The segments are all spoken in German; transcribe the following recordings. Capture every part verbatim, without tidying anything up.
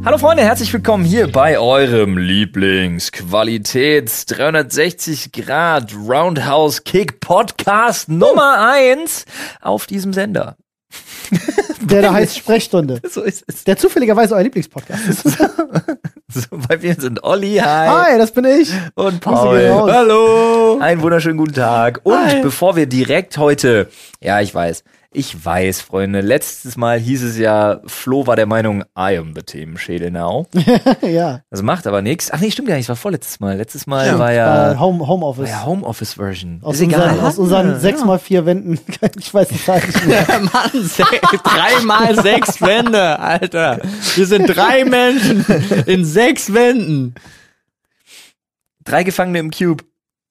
Hallo Freunde, herzlich willkommen hier bei eurem Lieblingsqualitäts dreihundertsechzig Grad Roundhouse Kick Podcast Nummer eins auf diesem Sender. Der da heißt Sprechstunde. So ist es. Der zufälligerweise euer Lieblingspodcast ist. So, weil wir sind Olli, hi. Hi, das bin ich. Und Paul. Hallo. Einen wunderschönen guten Tag. Und hi. Bevor wir direkt heute, ja, ich weiß, ich weiß, Freunde, letztes Mal hieß es ja, Flo war der Meinung, I am the Themenschädel now. Ja. Das macht aber nichts. Ach nee, stimmt gar nicht, das war vorletztes Mal. Letztes Mal ja, war ja war Home, Homeoffice. War ja Homeoffice-Version. Aus ist unseren, egal. Aus unseren ja. sechs mal vier Wänden. Ich weiß nicht, nicht mehr. Mann, se- drei mal sechs Wände, Alter. Wir sind drei Menschen in sechs Wänden. Drei Gefangene im Cube.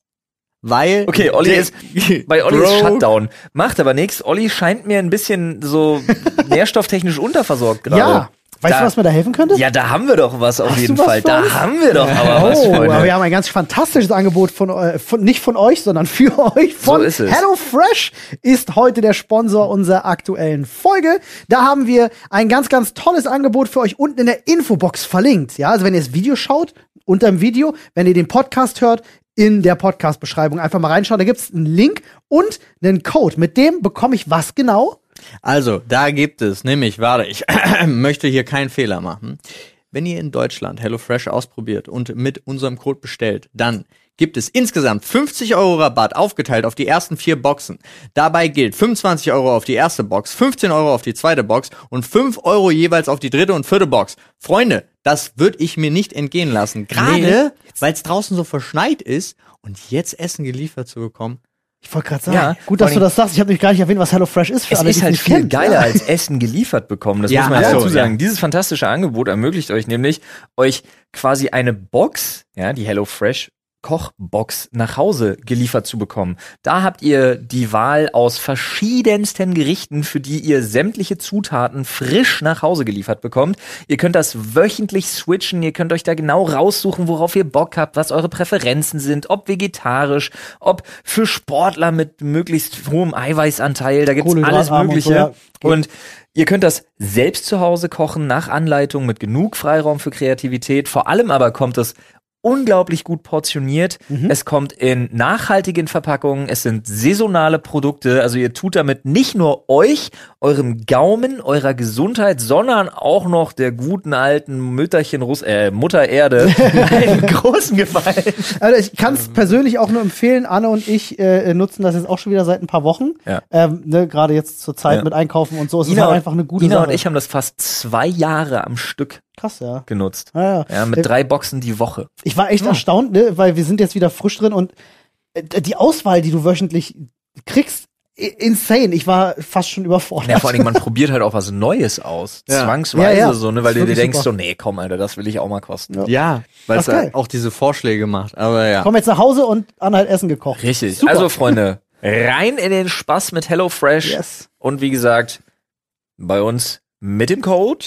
Weil. Okay, Olli der, ist, bei Olli ist Shutdown. Macht aber nichts. Olli scheint mir ein bisschen so nährstofftechnisch unterversorgt gerade. Ja. Weißt da, du, was mir da helfen könnte? Ja, da haben wir doch was auf Hast jeden du was Fall. Da uns? haben wir doch aber oh, was, Freunde. aber wir haben ein ganz fantastisches Angebot von, äh, von nicht von euch, sondern für euch. Von so ist es. HelloFresh ist heute der Sponsor unserer aktuellen Folge. Da haben wir ein ganz, ganz tolles Angebot für euch unten in der Infobox verlinkt. Ja, also wenn ihr das Video schaut, unter dem Video, wenn ihr den Podcast hört, in der Podcast-Beschreibung einfach mal reinschauen. Da gibt's einen Link und einen Code. Mit dem bekomme ich was genau? Also, da gibt es nämlich, warte, ich möchte hier keinen Fehler machen. Wenn ihr in Deutschland HelloFresh ausprobiert und mit unserem Code bestellt, dann gibt es insgesamt fünfzig Euro Rabatt aufgeteilt auf die ersten vier Boxen. Dabei gilt fünfundzwanzig Euro auf die erste Box, fünfzehn Euro auf die zweite Box und fünf Euro jeweils auf die dritte und vierte Box. Freunde, das würde ich mir nicht entgehen lassen. Gerade, nee. weil es draußen so verschneit ist und jetzt Essen geliefert zu bekommen. Ich wollte gerade sagen, ja, gut, dass du das sagst. Ich habe nämlich gar nicht erwähnt, was HelloFresh ist. Für es alle, ist halt nicht viel kennt. geiler ja. als Essen geliefert bekommen. Das ja, muss man ja, dazu so, sagen. Ja. Dieses fantastische Angebot ermöglicht euch nämlich, euch quasi eine Box, ja, die HelloFresh Kochbox nach Hause geliefert zu bekommen. Da habt ihr die Wahl aus verschiedensten Gerichten, für die ihr sämtliche Zutaten frisch nach Hause geliefert bekommt. Ihr könnt das wöchentlich switchen, ihr könnt euch da genau raussuchen, worauf ihr Bock habt, was eure Präferenzen sind, ob vegetarisch, ob für Sportler mit möglichst hohem Eiweißanteil, da gibt's alles Mögliche. Und, so, ja. und ihr könnt das selbst zu Hause kochen, nach Anleitung, mit genug Freiraum für Kreativität. Vor allem aber kommt es unglaublich gut portioniert. Mhm. Es kommt in nachhaltigen Verpackungen. Es sind saisonale Produkte. Also ihr tut damit nicht nur euch, eurem Gaumen, eurer Gesundheit, sondern auch noch der guten alten Mütterchen Russ äh, Mutter Erde einen großen Gefallen. Also ich kann es persönlich auch nur empfehlen. Anne und ich äh, nutzen das jetzt auch schon wieder seit ein paar Wochen. Ja. Ähm, ne, gerade jetzt zur Zeit ja. mit Einkaufen und so. Es Ina ist halt einfach eine gute Ina Sache. und ich haben das fast zwei Jahre am Stück Krass, ja. genutzt. Ja, ja. ja mit äh, drei Boxen die Woche. Ich war echt ja. erstaunt, ne, weil wir sind jetzt wieder frisch drin und äh, die Auswahl, die du wöchentlich kriegst, insane. Ich war fast schon überfordert. Ja, vor allem, man probiert halt auch was Neues aus. Ja. Zwangsweise ja, ja. so, ne, weil du dir denkst super. so, nee, komm, Alter, das will ich auch mal kosten. Ja, ja weil es halt auch diese Vorschläge macht. Aber ja. Ich komm jetzt nach Hause und Anne hat Essen gekocht. Richtig. Super. Also, Freunde, rein in den Spaß mit HelloFresh. Yes. Und wie gesagt, bei uns mit dem Code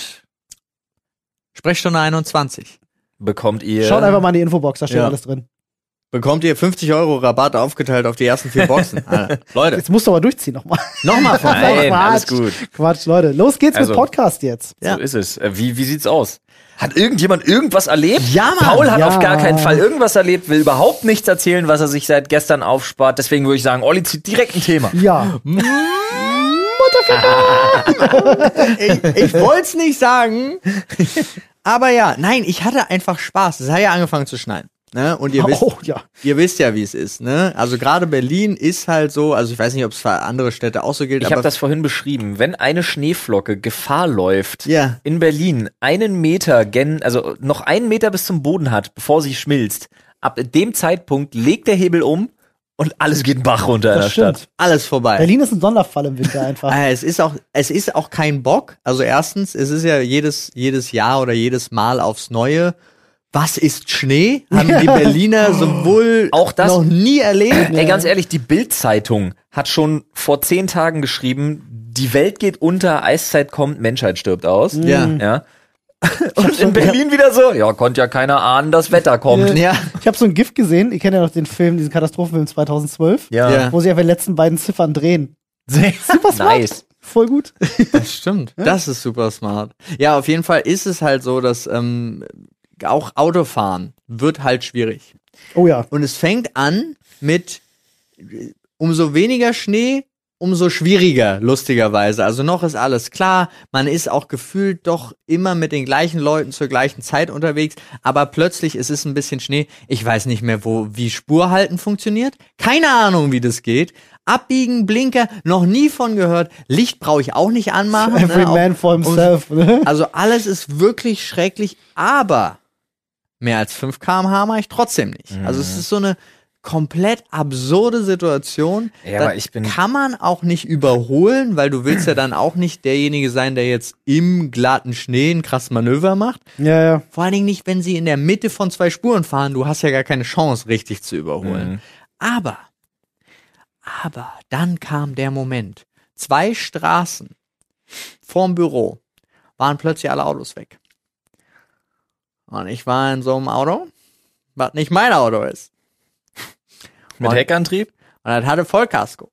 Sprechstunde einundzwanzig. Bekommt ihr. Schaut einfach mal in die Infobox, da steht ja. alles drin. Bekommt ihr fünfzig Euro Rabatt aufgeteilt auf die ersten vier Boxen. Alter, Leute. Jetzt musst du aber durchziehen nochmal. Nochmal von Nein, alles gut. Quatsch, Leute. Los geht's also, mit Podcast jetzt. So ja. ist es. Wie, wie sieht's aus? Hat irgendjemand irgendwas erlebt? Ja, Mann. Paul hat ja. auf gar keinen Fall irgendwas erlebt, will überhaupt nichts erzählen, was er sich seit gestern aufspart. Deswegen würde ich sagen, Olli zieht direkt ein Thema. Ja. ich ich wollte es nicht sagen. Aber ja, nein, ich hatte einfach Spaß. Es hat ja angefangen zu schneien. Ne? Und ihr wisst, oh, ja. ihr wisst ja, wie es ist. Ne? Also gerade Berlin ist halt so, also ich weiß nicht, ob es für andere Städte auch so gilt. Ich habe das vorhin beschrieben. Wenn eine Schneeflocke Gefahr läuft, ja. in Berlin einen Meter, gen, also noch einen Meter bis zum Boden hat, bevor sie schmilzt, ab dem Zeitpunkt legt der Hebel um und alles geht den Bach runter das in der stimmt. Stadt. Alles vorbei. Berlin ist ein Sonderfall im Winter einfach. äh, es ist auch, es ist auch kein Bock. Also erstens, es ist ja jedes, jedes Jahr oder jedes Mal aufs Neue. Was ist Schnee? Haben die Berliner sowohl auch das noch nie erlebt. Ey, ganz ehrlich, die Bild-Zeitung hat schon vor zehn Tagen geschrieben, die Welt geht unter, Eiszeit kommt, Menschheit stirbt aus. Ja. ja. Und in Berlin wieder so, ja, konnte ja keiner ahnen, das Wetter kommt. Ja. Ich habe so ein GIF gesehen, ihr kennt ja noch den Film, diesen Katastrophenfilm zweitausendzwölf, ja. wo sie einfach die letzten beiden Ziffern drehen. Super smart. Nice. Voll gut. Das stimmt. Das ist super smart. Ja, auf jeden Fall ist es halt so, dass ähm, auch Autofahren wird halt schwierig. Oh ja. Und es fängt an mit umso weniger Schnee, umso schwieriger, lustigerweise. Also noch ist alles klar, man ist auch gefühlt doch immer mit den gleichen Leuten zur gleichen Zeit unterwegs, aber plötzlich ist es ein bisschen Schnee. Ich weiß nicht mehr, wo wie Spurhalten funktioniert. Keine Ahnung, wie das geht. Abbiegen, Blinker, noch nie von gehört. Licht brauche ich auch nicht anmachen. Every ne? man for himself. Und, also alles ist wirklich schrecklich, aber mehr als fünf Kilometer pro Stunde mache ich trotzdem nicht. Mhm. Also es ist so eine komplett absurde Situation. Ja, Da aber ich bin- kann man auch nicht überholen, weil du willst ja dann auch nicht derjenige sein, der jetzt im glatten Schnee ein krasses Manöver macht. Ja, ja. Vor allen Dingen nicht, wenn sie in der Mitte von zwei Spuren fahren. Du hast ja gar keine Chance, richtig zu überholen. Mhm. Aber, aber dann kam der Moment. Zwei Straßen vorm Büro waren plötzlich alle Autos weg. Und ich war in so einem Auto, was nicht mein Auto ist. Mit Und- Heckantrieb? Und das hatte Vollkasko.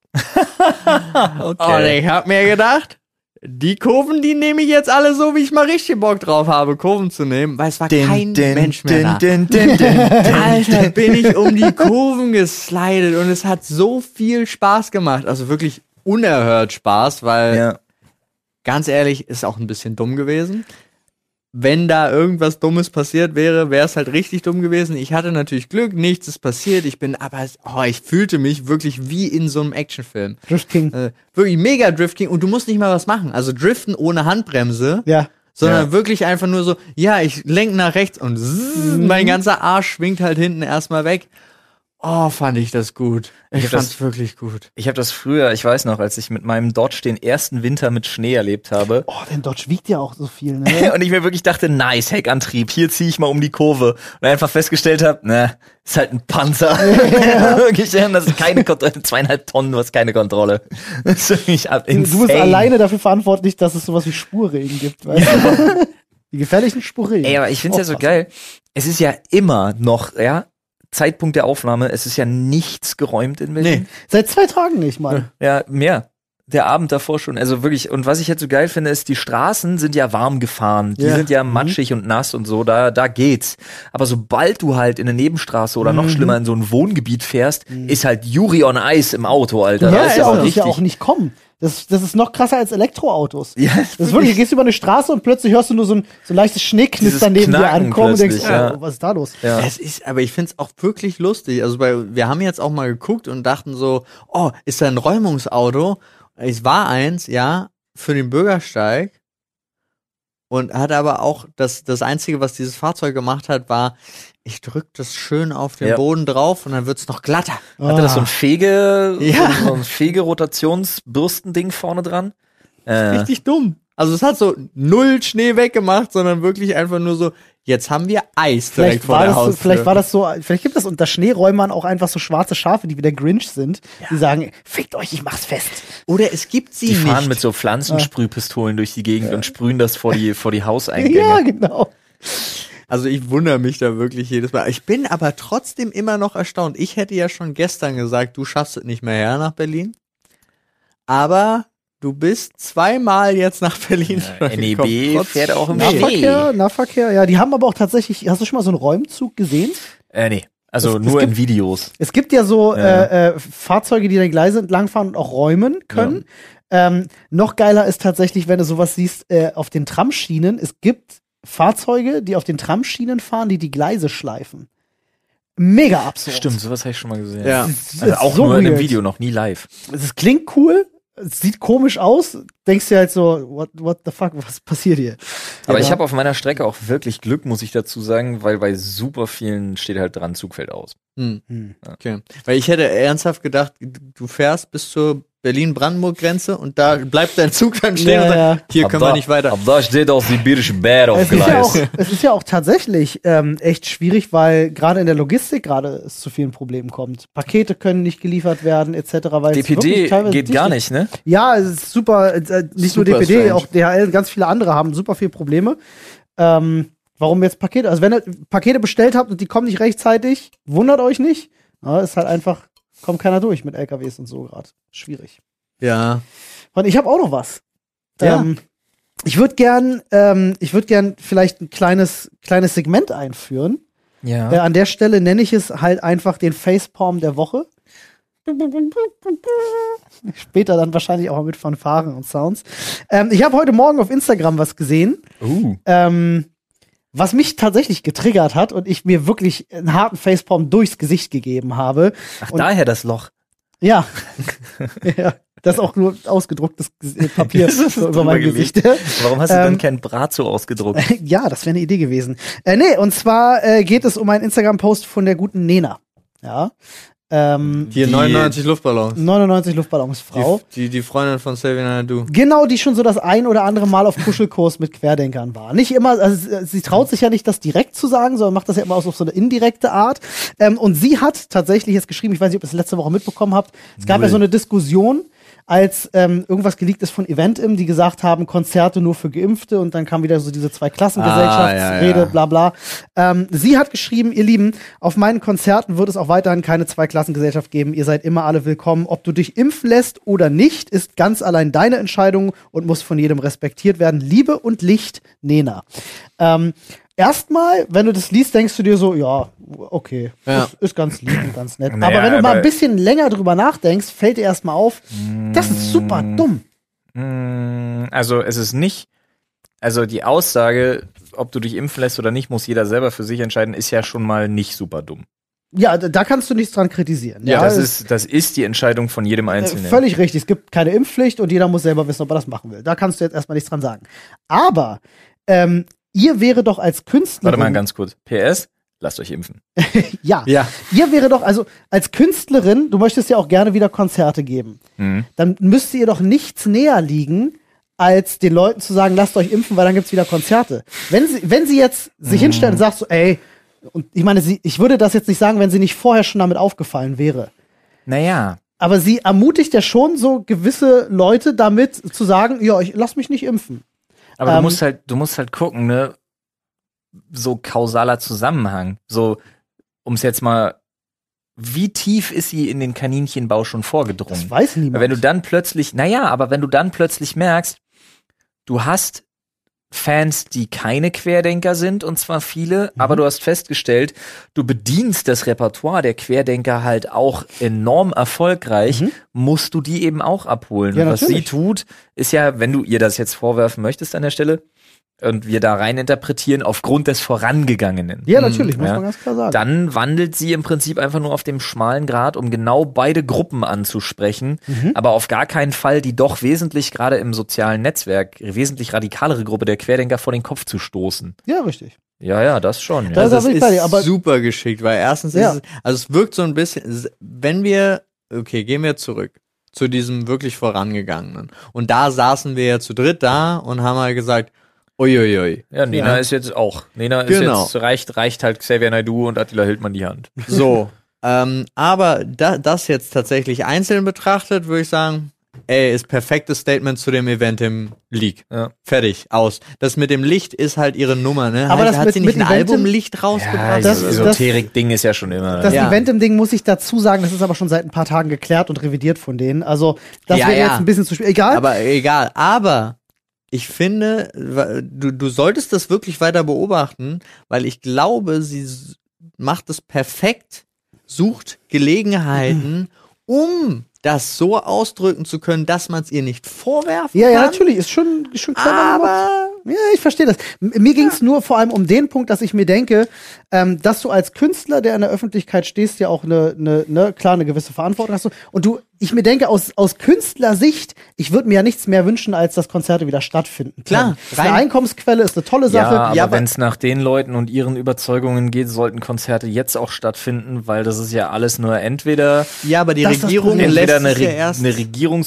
Und ich hab mir gedacht, die Kurven, die nehme ich jetzt alle so, wie ich mal richtig Bock drauf habe, Kurven zu nehmen, weil es war kein Mensch mehr da. Alter, bin ich um die Kurven geslidet und es hat so viel Spaß gemacht. Also wirklich unerhört Spaß, weil Ja. ganz ehrlich, ist auch ein bisschen dumm gewesen. Wenn da irgendwas Dummes passiert wäre, wäre es halt richtig dumm gewesen. Ich hatte natürlich Glück, nichts ist passiert. Ich bin, aber oh, ich fühlte mich wirklich wie in so einem Actionfilm. Drift King. Äh, wirklich mega Drifting und du musst nicht mal was machen. Also driften ohne Handbremse, Ja. sondern Ja. wirklich einfach nur so, ja, ich lenke nach rechts und zzz, mein ganzer Arsch schwingt halt hinten erstmal weg. Oh, fand ich das gut. Ich, Ich hab fand's das- wirklich gut. Ich habe das früher, ich weiß noch, als ich mit meinem Dodge den ersten Winter mit Schnee erlebt habe. Oh, der Dodge wiegt ja auch so viel, ne? Und ich mir wirklich dachte, nice, Heckantrieb, hier ziehe ich mal um die Kurve. Und einfach festgestellt habe, ne, ist halt ein Panzer. wirklich, das ist keine Kontrolle, zweieinhalb Tonnen, du hast keine Kontrolle. Das ist wirklich ab- Du bist insane. alleine dafür verantwortlich, dass es sowas wie Spurregen gibt, weißt du? Die gefährlichen Spurregen. Ey, aber ich find's ja so Oh, geil. Es ist ja immer noch, ja, Zeitpunkt der Aufnahme, es ist ja nichts geräumt in Berlin. Seit zwei Tagen nicht, Mann. Ja, mehr. Der Abend davor schon. Also wirklich, und was ich jetzt so geil finde, ist, die Straßen sind ja warm gefahren. Die Ja. sind ja Mhm. matschig und nass und so, da, da geht's. Aber sobald du halt in eine Nebenstraße oder noch Mhm. schlimmer in so ein Wohngebiet fährst, ist halt Yuri on Ice im Auto, Alter. Du Das hörst ist ja auch, aber dich ja richtig. auch nicht kommen. Das, das ist noch krasser als Elektroautos. Ja, Das ist wirklich, du gehst über eine Straße und plötzlich hörst du nur so ein, so ein leichtes Schneeknistern Dieses neben dir Knacken ankommen und denkst, plötzlich, ja. oh, was ist da los? Ja. Es ist, aber ich find's auch wirklich lustig. Also bei, wir haben jetzt auch mal geguckt und dachten so, oh, ist da ein Räumungsauto? Es war eins, ja, für den Bürgersteig. Und hat aber auch, das, das Einzige, was dieses Fahrzeug gemacht hat, war, ich drück das schön auf den Ja. Boden drauf und dann wird's noch glatter. Hatte das so ein Fege, Ja. so ein Fege-Rotationsbürstending vorne dran? Äh, Richtig dumm. Also es hat so null Schnee weggemacht, sondern wirklich einfach nur so, jetzt haben wir Eis direkt Vielleicht vor war, der das so, Haustür. vielleicht war das so, vielleicht gibt es unter Schneeräumern auch einfach so schwarze Schafe, die wie der Grinch sind, die sagen, fickt euch, ich mach's fest. Oder es gibt sie die nicht. fahren mit so Pflanzensprühpistolen durch die Gegend und sprühen das vor die, vor die Hauseingänge. Ja, genau. Also ich wundere mich da wirklich jedes Mal. Ich bin aber trotzdem immer noch erstaunt. Ich hätte ja schon gestern gesagt, du schaffst es nicht mehr her nach Berlin. Aber du bist zweimal jetzt nach Berlin schon N E gekommen. B Trotz fährt auch im Schnee. Schnee. Nahverkehr, Nahverkehr, ja, die haben aber auch tatsächlich, hast du schon mal so einen Räumzug gesehen? Äh, nee. Also Es- es nur gibt- in Videos. Es gibt ja so Ja. Äh, äh, Fahrzeuge, die den Gleise entlangfahren und auch räumen können. Ähm, noch geiler ist tatsächlich, wenn du sowas siehst, äh, auf den Tramschienen. Es gibt Fahrzeuge, die auf den Tramschienen fahren, die die Gleise schleifen. Mega absurd. Stimmt, sowas habe ich schon mal gesehen. Ja. Das ist Also auch so nur in einem weird. Video, noch nie live. Es klingt cool, es sieht komisch aus, denkst dir halt so, what, what the fuck, was passiert hier? Aber Ja. ich habe auf meiner Strecke auch wirklich Glück, muss ich dazu sagen, weil bei super vielen steht halt dran, Zug fällt aus. Hm. Hm. Okay. Weil ich hätte ernsthaft gedacht, du fährst bis zur Berlin-Brandenburg-Grenze und da bleibt dein Zug dann stehen Ja, und ja. sagt, hier Ab können da, wir nicht weiter. Ab da steht auch sibirische Bär auf Es ist, ja auch, Gleis. es ist ja auch tatsächlich ähm, echt schwierig, weil gerade in der Logistik gerade es zu vielen Problemen kommt. Pakete können nicht geliefert werden, et cetera. Weil es D P D wirklich teilweise geht dicht gar ist. nicht, ne? Ja, es ist super. Äh, nicht nur Super D P D, strange. auch D H L, ganz viele andere haben super viele Probleme. Ähm, warum jetzt Pakete? Also wenn ihr Pakete bestellt habt und die kommen nicht rechtzeitig, wundert euch nicht. Ja, ist halt einfach, kommt keiner durch mit L K Ws und so gerade. Schwierig. Ja. Und ich habe auch noch was. Ja. Ähm, ich würde gern, ähm, ich würde gern vielleicht ein kleines, kleines Segment einführen. Ja. Äh, an der Stelle nenne ich es halt einfach den Facepalm der Woche. Später dann wahrscheinlich auch mit Fanfaren und Sounds. Ähm, ich habe heute Morgen auf Instagram was gesehen, Uh. ähm, was mich tatsächlich getriggert hat und ich mir wirklich einen harten Facepalm durchs Gesicht gegeben habe. Ach, Und- daher das Loch. Ja. Ja. Das ist auch nur ausgedrucktes Ges- Papier Das ist so über drüber mein gelegt. Gesicht. Warum hast du Ähm, dann kein Brazzo ausgedruckt? Ja, das wäre eine Idee gewesen. Äh, nee, und zwar äh, geht es um einen Instagram-Post von der guten Nena. Ja. Ähm, Hier Die- neunundneunzig Luftballons. neunundneunzig Luftballonsfrau. Die, die, die Freundin von Xavier Naidoo. Genau, die schon so das ein oder andere Mal auf Kuschelkurs mit Querdenkern war. Nicht immer, also sie, sie traut sich ja nicht, das direkt zu sagen, sondern macht das ja immer auf so eine indirekte Art. Ähm, und sie hat tatsächlich jetzt geschrieben, ich weiß nicht, ob ihr es letzte Woche mitbekommen habt, es gab Null. ja so eine Diskussion, als ähm, irgendwas geleakt ist von Eventim, die gesagt haben, Konzerte nur für Geimpfte und dann kam wieder so diese Zweiklassengesellschaftsrede, Ah, ja, ja. bla bla. Ähm, sie hat geschrieben, ihr Lieben, auf meinen Konzerten wird es auch weiterhin keine Zweiklassengesellschaft geben. Ihr seid immer alle willkommen. Ob du dich impfen lässt oder nicht, ist ganz allein deine Entscheidung und muss von jedem respektiert werden. Liebe und Licht, Nena. Ähm, Erstmal, wenn du das liest, denkst du dir so, ja, okay, Ja. Ist, ist ganz lieb und ganz nett. Naja, aber wenn du mal aber- ein bisschen länger drüber nachdenkst, fällt dir erstmal auf, das ist super dumm. Mm, Also es ist nicht, also die Aussage, ob du dich impfen lässt oder nicht, muss jeder selber für sich entscheiden, ist ja schon mal nicht super dumm. Ja, da da kannst du nichts dran kritisieren. Ja, das es- ist, das ist die Entscheidung von jedem Äh, Einzelnen. Völlig richtig. Es gibt keine Impfpflicht und jeder muss selber wissen, ob er das machen will. Da kannst du jetzt erstmal nichts dran sagen. Aber ähm, ihr wäre doch als Künstlerin. Warte mal ganz kurz. P S, lasst euch impfen. Ja. Ja. Ihr wäre doch, also als Künstlerin, du möchtest ja auch gerne wieder Konzerte geben. Mhm. Dann müsste ihr doch nichts näher liegen, als den Leuten zu sagen, lasst euch impfen, weil dann gibt's wieder Konzerte. Wenn sie, wenn sie jetzt sich hinstellen und sagt so, ey, und ich meine, sie, ich würde das jetzt nicht sagen, wenn sie nicht vorher schon damit aufgefallen wäre. Naja. Aber sie ermutigt ja schon so gewisse Leute damit zu sagen, ja, ich lass mich nicht impfen. Aber Ähm, du musst halt, du musst halt gucken, ne? So kausaler Zusammenhang. So, um es jetzt mal, wie tief ist sie in den Kaninchenbau schon vorgedrungen? Das weiß niemand. Wenn du dann plötzlich, naja, aber wenn du dann plötzlich merkst, du hast Fans, die keine Querdenker sind, und zwar viele, Mhm. aber du hast festgestellt, du bedienst das Repertoire der Querdenker halt auch enorm erfolgreich, Mhm. musst du die eben auch abholen. Ja, und was sie natürlich. tut, ist ja, wenn du ihr das jetzt vorwerfen möchtest an der Stelle, und wir da rein interpretieren, aufgrund des Vorangegangenen. ja, natürlich, muss Ja. man ganz klar sagen. Dann wandelt sie im Prinzip einfach nur auf dem schmalen Grat, um genau beide Gruppen anzusprechen, Mhm. aber auf gar keinen Fall die doch wesentlich, gerade im sozialen Netzwerk, wesentlich radikalere Gruppe der Querdenker vor den Kopf zu stoßen. Ja, richtig. Ja, ja, das schon. Da Ja. ist er Also es wirklich bei dir, aber- ist super geschickt, weil erstens Ja. ist es, also es wirkt so ein bisschen, wenn wir, okay, gehen wir zurück zu diesem wirklich vorangegangenen. Und da saßen wir ja zu dritt da und haben halt gesagt, uiuiui. Ja, Nena Ja. ist jetzt auch. Nena ist Genau. jetzt, reicht, reicht halt Xavier Naidoo und Attila Hildmann die Hand. So. ähm, aber da, das jetzt tatsächlich einzeln betrachtet, würde ich sagen, ey, ist perfektes Statement zu dem Event im League. Ja. Fertig, aus. Das mit dem Licht ist halt ihre Nummer, ne? Aber halt, das hat mit- sie nicht mit ein Eventim- Albumlicht rausgebracht? das- dieses das- Esoterik-Ding ist ja schon immer. Das Ja. Event im Ding muss ich dazu sagen, das ist aber schon seit ein paar Tagen geklärt und revidiert von denen. Also, das Ja, wäre ja. jetzt ein bisschen zu spät. Egal. Aber egal. Aber ich finde, wa- du, du solltest das wirklich weiter beobachten, weil ich glaube, sie s- macht es perfekt, sucht Gelegenheiten, um das so ausdrücken zu können, dass man es ihr nicht vorwerfen ja, ja, kann. natürlich, ist schon, ist schon clever gemacht. Aber Ja, ich verstehe das. M- Mir ging es nur vor allem um den Punkt, dass ich mir denke, ähm, dass du als Künstler, der in der Öffentlichkeit stehst, ja auch eine, eine, ne, klar, eine gewisse Verantwortung hast. Und du, ich mir denke, aus, aus Künstlersicht, ich würde mir ja nichts mehr wünschen, als dass Konzerte wieder stattfinden. Klar, können. Ist eine rein- Einkommensquelle, ist eine tolle Sache. Ja, aber Ja, aber- wenn es nach den Leuten und ihren Überzeugungen geht, sollten Konzerte jetzt auch stattfinden, weil das ist ja alles nur entweder, ja, aber die Das ist das Regierung Problem. lässt entweder eine, es ja Re erst. eine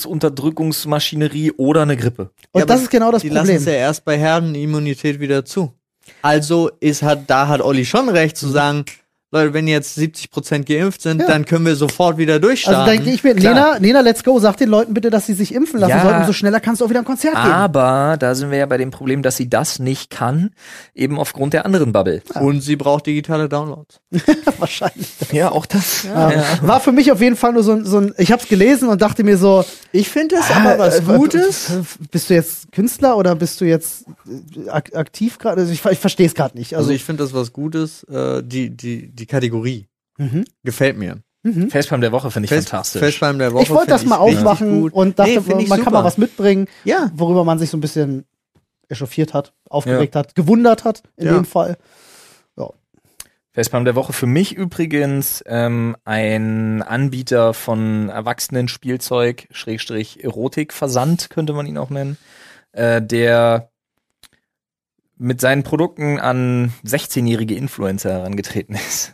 Regierungsunterdrückungsmaschinerie oder eine Grippe. Und ja, das aber ist genau das die lassen Problem. es ja erst bei Herdenimmunität wieder zu. Also ist hat da hat Olli schon recht zu sagen, Leute, wenn jetzt siebzig Prozent geimpft sind, Ja. dann können wir sofort wieder durchstarten. Also denke ich mir, Klar. Lena, Lena, let's go, sag den Leuten bitte, dass sie sich impfen lassen Ja. sollen, umso schneller kannst du auch wieder ein Konzert geben. Aber da sind wir ja bei dem Problem, dass sie das nicht kann, eben aufgrund der anderen Bubble. Und sie braucht digitale Downloads. Wahrscheinlich. Ja, auch das. Ähm, War für mich auf jeden Fall nur so ein, so ein ich hab's gelesen und dachte mir so, Ich finde das aber was äh, Gutes. Bist du jetzt Künstler oder bist du jetzt äh, ak aktiv gerade? Also ich, ich verstehe es gerade nicht. Also Also, ich finde das was Gutes. Äh, die, die, die Kategorie mhm. gefällt mir. Facepalm der Woche finde ich Fest- fantastisch. Facepalm der Woche ich wollte das find mal richtig aufmachen gut. und dachte, Nee, find ich man kann super. mal was mitbringen, Ja. worüber man sich so ein bisschen echauffiert hat, aufgeregt hat, gewundert hat in Ja. dem Fall. Facepalm der Woche für mich übrigens ähm, ein Anbieter von Erwachsenen-Spielzeug, Schrägstrich Erotik-Versand, könnte man ihn auch nennen, äh, der mit seinen Produkten an sechzehnjährige Influencer herangetreten ist.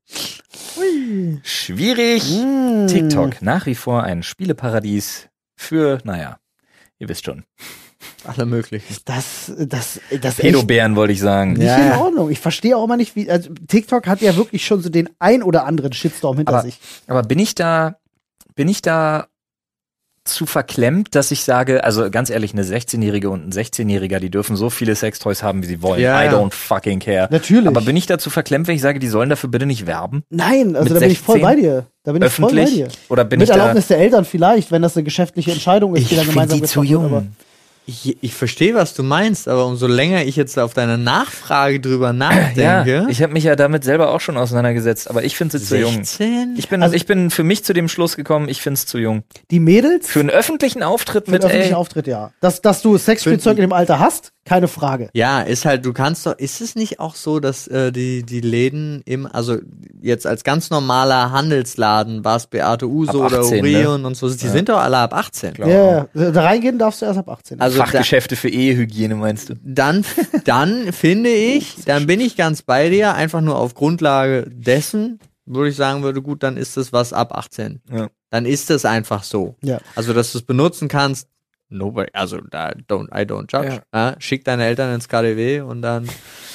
Schwierig. Mm. TikTok, nach wie vor ein Spieleparadies für, naja, ihr wisst schon. Alle möglichen. Das, das, das ist echt Pedobären wollte ich sagen. nicht Ja, in ja. Ordnung. Ich verstehe auch immer nicht, wie, also TikTok hat ja wirklich schon so den ein oder anderen Shitstorm hinter Aber- sich. Aber bin ich da, bin ich da zu verklemmt, dass ich sage, also ganz ehrlich, eine sechzehnjährige und ein sechzehnjähriger, die dürfen so viele Sextoys haben, wie sie wollen. Ja, I ja. don't fucking care. Natürlich. Aber bin ich da zu verklemmt, wenn ich sage, die sollen dafür bitte nicht werben? Nein, also Mit da bin ich voll sechzehn? bei dir. Da bin ich voll bei Öffentlich? dir. Oder bin Mit ich da, Erlaubnis der Eltern vielleicht, wenn das eine geschäftliche Entscheidung ist, ich die dann finde gemeinsam die zu getroffen wird, aber jung. Ich, ich verstehe, was du meinst, aber umso länger ich jetzt auf deine Nachfrage drüber nachdenke. Ja, ich habe mich ja damit selber auch schon auseinandergesetzt, aber ich finde sie zu jung. sechzehn? Ich bin, Also- ich bin für mich zu dem Schluss gekommen, ich finde es zu jung. die Mädels Für einen öffentlichen Auftritt für mit, den öffentlichen ey, Auftritt, ja. Dass, dass du Sexspielzeug in dem Alter hast, keine Frage. Ja, ist halt, du kannst doch, ist es nicht auch so, dass äh, die, die Läden im, also jetzt als ganz normaler Handelsladen, Bas Beate Uso Ab oder achtzehn, Orion und so, die sind doch alle ab achtzehn. Klar. Ja, ja. Da reingehen darfst du erst ab achtzehn. Also da, Fachgeschäfte für Ehehygiene, meinst du? dann, dann finde ich, dann bin ich ganz bei dir, einfach nur auf Grundlage dessen, würde ich sagen würde, gut, dann ist das was ab achtzehn. Ja. Dann ist das einfach so. Ja. Also, dass du es benutzen kannst, nobody, also da don't, I don't judge. Ja. Schick deine Eltern ins K D W und dann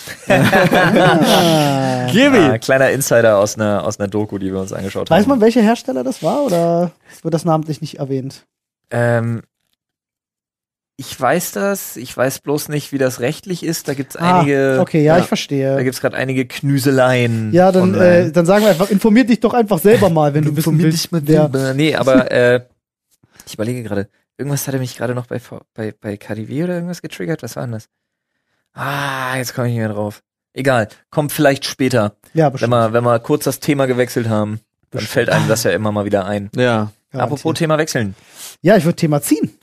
Ah. gib Ah, ihm. kleiner Insider aus einer, aus einer Doku, die wir uns angeschaut haben. Weiß man, welcher Hersteller das war oder wird das namentlich nicht erwähnt? Ähm, ich weiß das, ich weiß bloß nicht, wie das rechtlich ist. Da gibt's Ah, einige, okay, ja, ja, ich verstehe. da gibt's gerade einige Knüseleien. Ja, dann, online. äh, dann sagen wir einfach, informier dich doch einfach selber mal, wenn du wissen Informier willst. dich mal wer- selber. Nee, aber äh, ich überlege gerade, irgendwas hatte mich gerade noch bei, V- bei, bei K D W oder irgendwas getriggert. Was war denn das? Ah, jetzt komme ich nicht mehr drauf. Egal, kommt vielleicht später. Ja, Wenn bestimmt. wir, wenn wir kurz das Thema gewechselt haben, dann Bestimmt. fällt einem das ja immer mal wieder ein. Ja, Apropos Thema wechseln. Ja, ich würde Thema ziehen.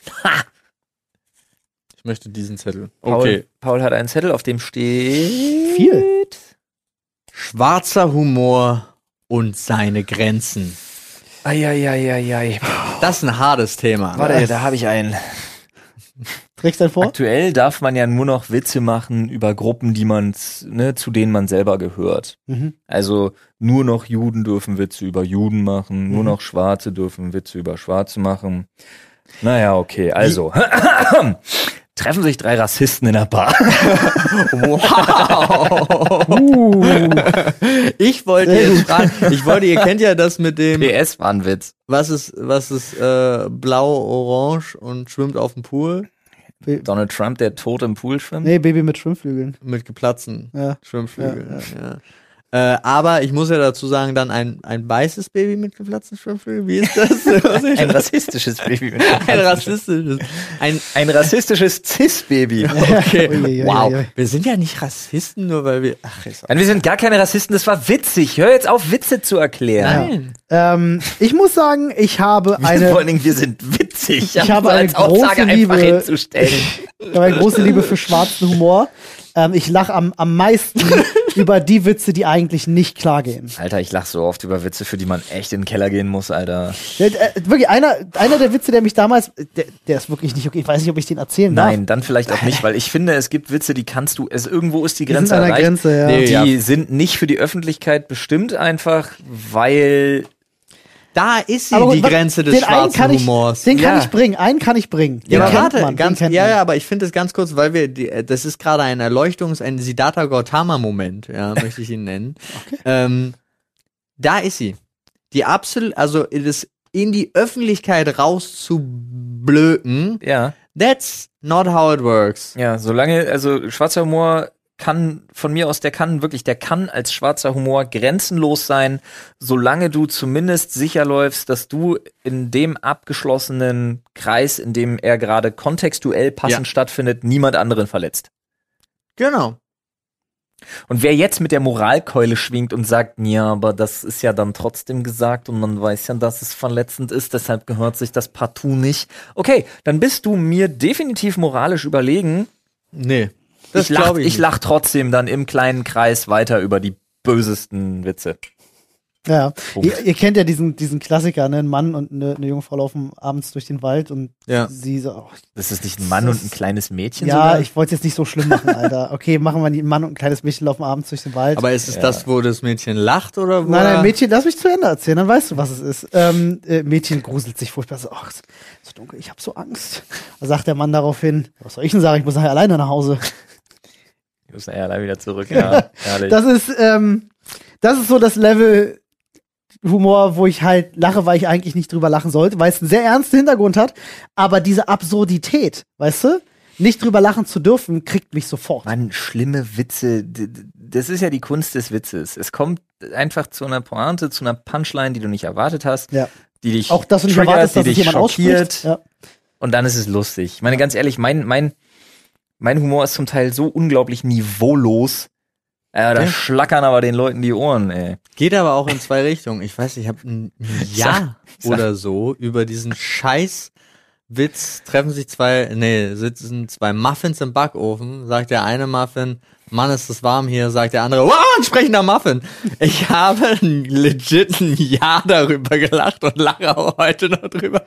ich möchte diesen Zettel. Paul, Okay. Paul hat einen Zettel, auf dem steht Viel. Schwarzer Humor und seine Grenzen. Eieieiei. Das ist ein hartes Thema. Warte, da habe ich einen. Trägst du einen vor? Aktuell darf man ja nur noch Witze machen über Gruppen, die man, ne, zu denen man selber gehört. Mhm. Also nur noch Juden dürfen Witze über Juden machen, nur Mhm. noch Schwarze dürfen Witze über Schwarze machen. Naja, okay, also. Treffen sich drei Rassisten in der Bar. Wow. Uh, Ich wollte Sehr jetzt gut. fragen, ich wollte, ihr kennt ja das mit dem, P S war ein Witz. was ist, was ist äh, blau, orange und schwimmt auf dem Pool Donald Trump, der tot im Pool schwimmt. nee, Baby mit Schwimmflügeln. mit geplatzten Ja. Schwimmflügeln. Ja, Äh, aber ich muss ja dazu sagen, dann ein, ein weißes Baby mit geplatzten Schwimmflügeln, wie ist das? Was ist Ein das? rassistisches Baby. Mit ein rassistisches. Ein, Ein rassistisches Cis-Baby. okay. Ui, ui, ui, Wow. ui. Wir sind ja nicht Rassisten, nur weil wir, ach, ist auch Nein, wir sind gar keine Rassisten, das war witzig. Hör jetzt auf, Witze zu erklären. Nein. Ähm, ich muss sagen, ich habe Vor eine, allen Dingen, wir sind witzig. Ich habe eine als Aussage große einfach Liebe- hinzustellen. ich habe eine große Liebe für schwarzen Humor. Ähm, ich lache am, am meisten über die Witze, die eigentlich nicht klar gehen. Alter, ich lach so oft über Witze, für die man echt in den Keller gehen muss, Alter. Der, äh, wirklich, einer, einer der Witze, der mich damals, der, der ist wirklich nicht okay. Ich weiß nicht, ob ich den erzählen darf. Nein, dann vielleicht auch nicht, weil ich finde, es gibt Witze, die kannst du, es irgendwo ist die Die Grenze sind an der erreicht. Grenze, ja. Nee. Die Ja. sind nicht für die Öffentlichkeit bestimmt einfach, weil Da ist sie, Aber gut, die was- Grenze des den einen schwarzen kann ich, Humors. Den kann Ja. ich bringen, einen kann ich bringen. Den Ja, aber kennt warte, man, ganz, den kennt ja, man. ja, aber ich finde es ganz kurz, weil wir, die, das ist gerade ein Erleuchtungs-, ein Siddhartha Gautama-Moment, ja, möchte ich ihn nennen. Ähm, Da ist sie. Die absolut, also das in die Öffentlichkeit rauszublöken, Ja. that's not how it works. Ja, solange, also schwarzer Humor kann von mir aus, der kann wirklich, der kann als schwarzer Humor grenzenlos sein, solange du zumindest sicher läufst, dass du in dem abgeschlossenen Kreis, in dem er gerade kontextuell passend Ja. stattfindet, niemand anderen verletzt. Genau. Und wer jetzt mit der Moralkeule schwingt und sagt, ja, aber das ist ja dann trotzdem gesagt und man weiß ja, dass es verletzend ist, deshalb gehört sich das partout nicht. Okay, dann bist du mir definitiv moralisch überlegen. Nee. Das ich lach, glaub ich ich nicht. lach trotzdem dann im kleinen Kreis weiter über die bösesten Witze. Ja, Punkt. ihr, ihr kennt ja diesen, diesen Klassiker, ne? Ein Mann und eine, eine junge Frau laufen abends durch den Wald und Ja. sie so, oh, Das ist nicht ein Mann und ein kleines Mädchen ja, sogar? ich wollte es jetzt nicht so schlimm machen, Alter. Okay, machen wir nicht, ein Mann und ein kleines Mädchen laufen abends durch den Wald. Aber ist es Ja. das, wo das Mädchen lacht oder wo? Nein, er- nein, Mädchen, lass mich zu Ende erzählen, dann weißt du, was es ist. Ähm, äh, Mädchen gruselt sich furchtbar, so, ach, ist so dunkel, ich hab so Angst. Da sagt der Mann daraufhin, was soll ich denn sagen, ich muss nachher alleine nach Hause. Ich muss ja allein wieder zurück, ja, herrlich. Das ist, ähm, das ist so das Level Humor, wo ich halt lache, weil ich eigentlich nicht drüber lachen sollte, weil es einen sehr ernsten Hintergrund hat, aber diese Absurdität, weißt du, nicht drüber lachen zu dürfen, kriegt mich sofort. Mann, schlimme Witze, d- d- das ist ja die Kunst des Witzes. Es kommt einfach zu einer Pointe, zu einer Punchline, die du nicht erwartet hast, Ja. die dich Auch dass du nicht triggert, erwartest, dass die es dich jemand schockiert. ausspricht. Ja. Und dann ist es lustig. Ich meine, ganz ehrlich, mein, mein, mein Humor ist zum Teil so unglaublich niveaulos. Äh, da Ja. schlackern aber den Leuten die Ohren, ey. Geht aber auch in zwei Richtungen. Ich weiß, ich habe ein Jahr sag. oder so über diesen Scheiß Witz, treffen sich zwei, nee, sitzen zwei Muffins im Backofen, sagt der eine Muffin, Mann, ist es warm hier, sagt der andere, wow, ein sprechender Muffin. Ich habe ein legit ein Jahr darüber gelacht und lache auch heute noch drüber.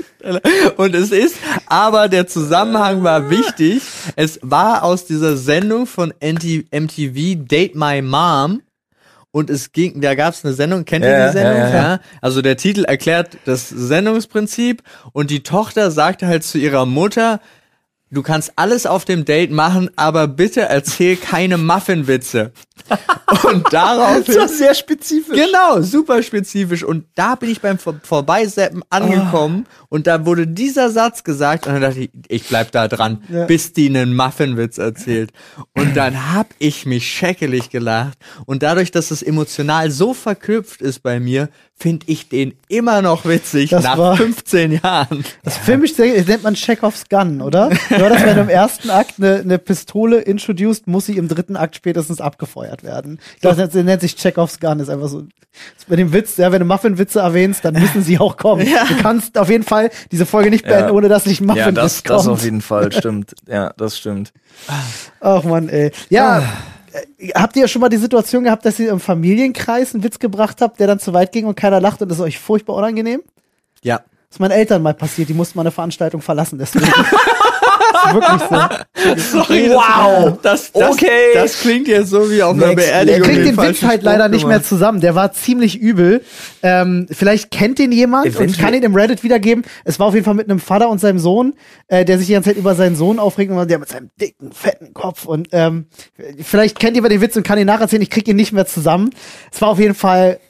Und es ist, aber der Zusammenhang war wichtig. Es war aus dieser Sendung von M T V Date My Mom. Und es ging, da gab es eine Sendung, kennt ihr Ja, die Sendung? ja, ja, ja. Also der Titel erklärt das Sendungsprinzip und die Tochter sagte halt zu ihrer Mutter, du kannst alles auf dem Date machen, aber bitte erzähl keine Muffinwitze. Und darauf sehr spezifisch. genau, super spezifisch. Und da bin ich beim Vor Vorbeiseppen angekommen und da wurde dieser Satz gesagt und dann dachte ich, ich bleib da dran, Ja. bis die einen Muffinwitz erzählt. Und dann hab ich mich schäckelig gelacht. Und dadurch, dass es emotional so verknüpft ist bei mir, finde ich den immer noch witzig Das nach war- fünfzehn Jahren. Das filmisch sehr, das nennt man Chekhovs Gun, oder? Nur, dass wenn im ersten Akt eine, eine Pistole introduced, muss sie im dritten Akt spätestens abgefeuert werden. Das nennt, das nennt sich Chekhovs Gun, ist einfach so. Bei dem Witz, ja, wenn du Muffin-Witze erwähnst, dann müssen sie auch kommen. Ja. Du kannst auf jeden Fall diese Folge nicht beenden, Ja. ohne dass nicht ein Ja, Muffin-Witz das, das kommt. auf jeden Fall, stimmt. Ja, das stimmt. Ach man, ey. Ja, äh, habt ihr schon mal die Situation gehabt, dass ihr im Familienkreis einen Witz gebracht habt, der dann zu weit ging und keiner lacht und das ist euch furchtbar unangenehm? Ja. Das ist meinen Eltern mal passiert, die mussten mal eine Veranstaltung verlassen, deswegen. Das ist wirklich so. Sorry, Wow. Das, das, Okay. das klingt jetzt so wie auf einer Next Beerdigung. Er kriegt den falschen Witz halt Spruch leider nicht mehr gemacht. zusammen. Der war ziemlich übel. Ähm, vielleicht kennt den jemand und Eventuell- ich kann ihn im Reddit wiedergeben. Es war auf jeden Fall mit einem Vater und seinem Sohn, äh, der sich die ganze Zeit über seinen Sohn aufregt und der mit seinem dicken, fetten Kopf. Und ähm, vielleicht kennt jemand den Witz und kann ihn nacherzählen. Ich krieg ihn nicht mehr zusammen. Es war auf jeden Fall,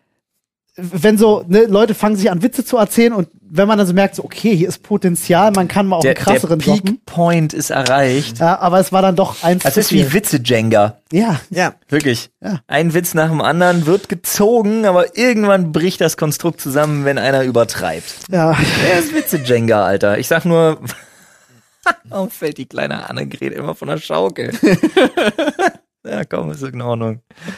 wenn so, ne, Leute fangen sich an, Witze zu erzählen und wenn man dann so merkt, so, okay, hier ist Potenzial, man kann mal auch Der, einen der krasseren droppen. Peak Point ist erreicht. Ja, aber es war dann doch eins Das zu ist viel. wie Witze-Jenga. Ja, Ja. Wirklich. Ja. Ein Witz nach dem anderen wird gezogen, aber irgendwann bricht das Konstrukt zusammen, wenn einer übertreibt. ja. Der ist Witze-Jenga, Alter. Ich sag nur, warum fällt die kleine Annegret immer von der Schaukel? Ja, komm, ist in Ordnung.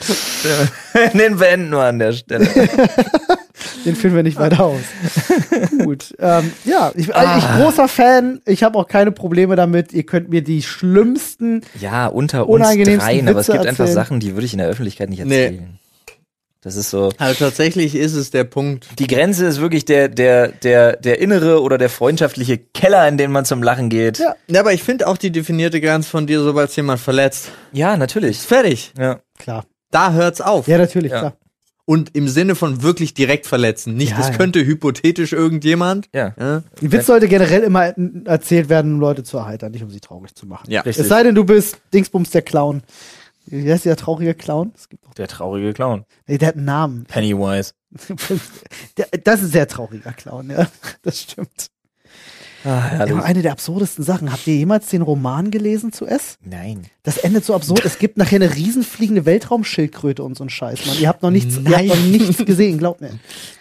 Den beenden wir an der Stelle. Den führen wir nicht weiter aus. Gut. Ähm, ja, ich, Ah. ich großer Fan. Ich habe auch keine Probleme damit. Ihr könnt mir die schlimmsten. Ja, unter uns Unangenehmsten dreien, aber es Witze gibt einfach erzählen. Sachen, die würde ich in der Öffentlichkeit nicht Nee. erzählen. Das ist so. Also tatsächlich ist es der Punkt. Die Grenze ist wirklich der, der, der, der innere oder der freundschaftliche Keller, in den man zum Lachen geht. Ja. Ja, aber ich finde auch die definierte Grenze von dir, sobald es jemand verletzt. Ja, natürlich. Fertig. Ja. Klar. Da hört's auf. Ja, natürlich, Ja. klar. Und im Sinne von wirklich direkt verletzen. Nicht, Ja, es ja. könnte hypothetisch irgendjemand. Ja. Ja. Die Witz sollte generell immer erzählt werden, um Leute zu erheitern, nicht um sie traurig zu machen. Ja. Richtig. Es sei denn, du bist Dingsbums der Clown. Wie heißt der traurige Clown? Es gibt noch Der traurige Clown. nee, der hat einen Namen. Pennywise. der, das ist ein sehr trauriger Clown, ja. Das stimmt. Ah, herrlich. Ja, eine der absurdesten Sachen. Habt ihr jemals den Roman gelesen zu S? Nein. Das endet so absurd. Es gibt nachher eine riesenfliegende Weltraumschildkröte und so ein Scheiß, Mann. Ihr habt noch nichts, ihr habt noch nichts gesehen, glaubt mir.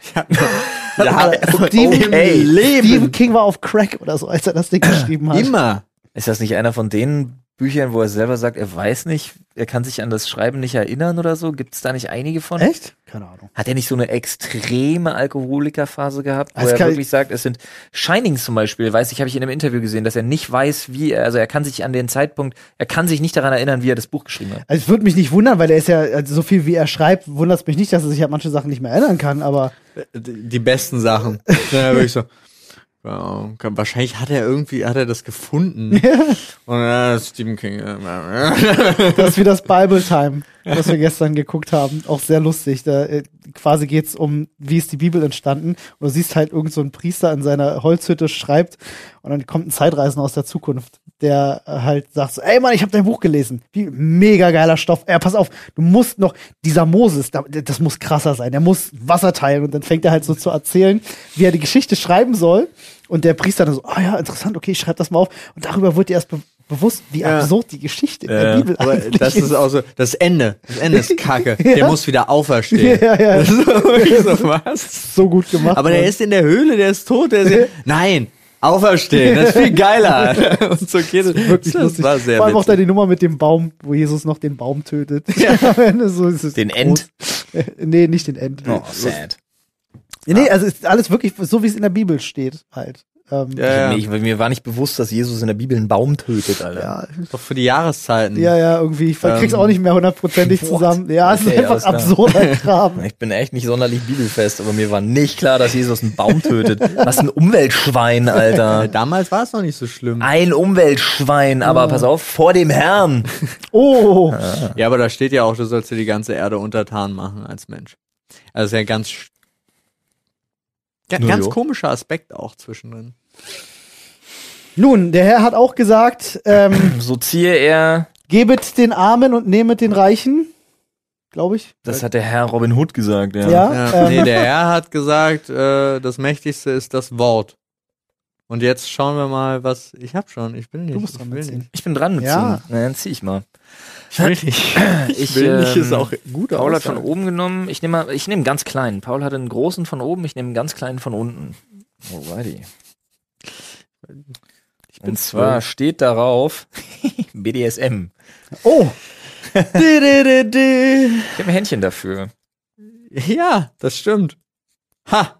Ja, Stephen, okay. Leben. Stephen King war auf Crack oder so, als er das Ding geschrieben hat. Immer. Ist das nicht einer von den Büchern, wo er selber sagt, er weiß nicht, er kann sich an das Schreiben nicht erinnern oder so? Gibt es da nicht einige von? Echt? Keine Ahnung. Hat er nicht so eine extreme Alkoholikerphase gehabt, wo Also er kann wirklich sagt, es sind Shinings zum Beispiel, weiß ich, habe ich in einem Interview gesehen, dass er nicht weiß, wie er, also er kann sich an den Zeitpunkt, er kann sich nicht daran erinnern, wie er das Buch geschrieben hat. Also es würde mich nicht wundern, weil er ist ja, also so viel wie er schreibt, wundert es mich nicht, dass er sich an manche Sachen nicht mehr erinnern kann, aber Die die besten Sachen. Ja, wirklich so. Ja, kann, wahrscheinlich hat er irgendwie, hat er das gefunden. Und äh, Stephen King. Äh, das ist wie das Bible Time, was wir gestern geguckt haben. Auch sehr lustig. Da äh, quasi geht's um, wie ist die Bibel entstanden. Und du siehst halt irgend so einen Priester in seiner Holzhütte schreibt und dann kommt ein Zeitreisender aus der Zukunft, der äh, halt sagt so, ey Mann, ich habe dein Buch gelesen. Wie mega geiler Stoff. Ey, pass auf, du musst noch, dieser Moses, da, das muss krasser sein. Der muss Wasser teilen und dann fängt er halt so zu erzählen, wie er die Geschichte schreiben soll. Und der Priester dann so, ah ja, interessant, okay, ich schreib das mal auf. Und darüber wird dir erst be bewusst, wie Ja. absurd die Geschichte in Ja, der Bibel aber eigentlich das ist auch so, das Ende. Das Ende ist kacke. Ja. Der muss wieder auferstehen. Ja, ja. Das ist wirklich so, was? so gut gemacht. Aber der Mann. ist in der Höhle, der ist tot. Der ist ja, nein, auferstehen. Das ist viel geiler. Und so geht es. wirklich Das lustig. war sehr Vor allem auch da witzig. die Nummer mit dem Baum, wo Jesus noch den Baum tötet. Ja. Am Ende so ist es Den groß. End? Äh, Nee, nicht den End. Oh, sad. Nee, also ist alles wirklich so, wie es in der Bibel steht halt. Ähm, Ja, ja. Nee, ich, mir war nicht bewusst, dass Jesus in der Bibel einen Baum tötet, Alter. ja, Doch für die Jahreszeiten. ja, ja, irgendwie. Ich krieg's Ähm, auch nicht mehr hundertprozentig what? zusammen. Ja, es ist Okay, einfach alles klar. absurder Kram. Ich bin echt nicht sonderlich bibelfest, aber mir war nicht klar, dass Jesus einen Baum tötet. Was ein Umweltschwein, Äh, Alter. Damals war es noch nicht so schlimm. Ein Umweltschwein, aber pass auf, vor dem Herrn. Oh, Ja, aber da steht ja auch, du sollst dir die ganze Erde untertan machen als Mensch. Also ist ja ein ganz, sch- ga- Na ganz jo. komischer Aspekt auch zwischendrin. nun, der Herr hat auch gesagt, ähm, So ziehe er, gebet den Armen und nehmet den Reichen, glaube ich. das hat der Herr Robin Hood gesagt, ja. Ja, Ja, ähm, nee, der Herr hat gesagt, äh, das Mächtigste ist das Wort. Und jetzt schauen wir mal, was ich hab schon. Ich will nicht. Du musst ich dran will mitziehen. nicht. Ich bin dran mit Ja. ziehen. Na, dann zieh ich mal. Ich will nicht. Ich, Ich, will nicht, ähm, ist auch gut. Paul hat von oben genommen. Ich nehme mal, ich nehme einen ganz kleinen. Paul hat einen großen von oben, ich nehme einen ganz kleinen von unten. Alrighty. Und zwar steht darauf B D S M. Oh, Ich Ich habe ein Händchen dafür. Ja, das stimmt. Ha!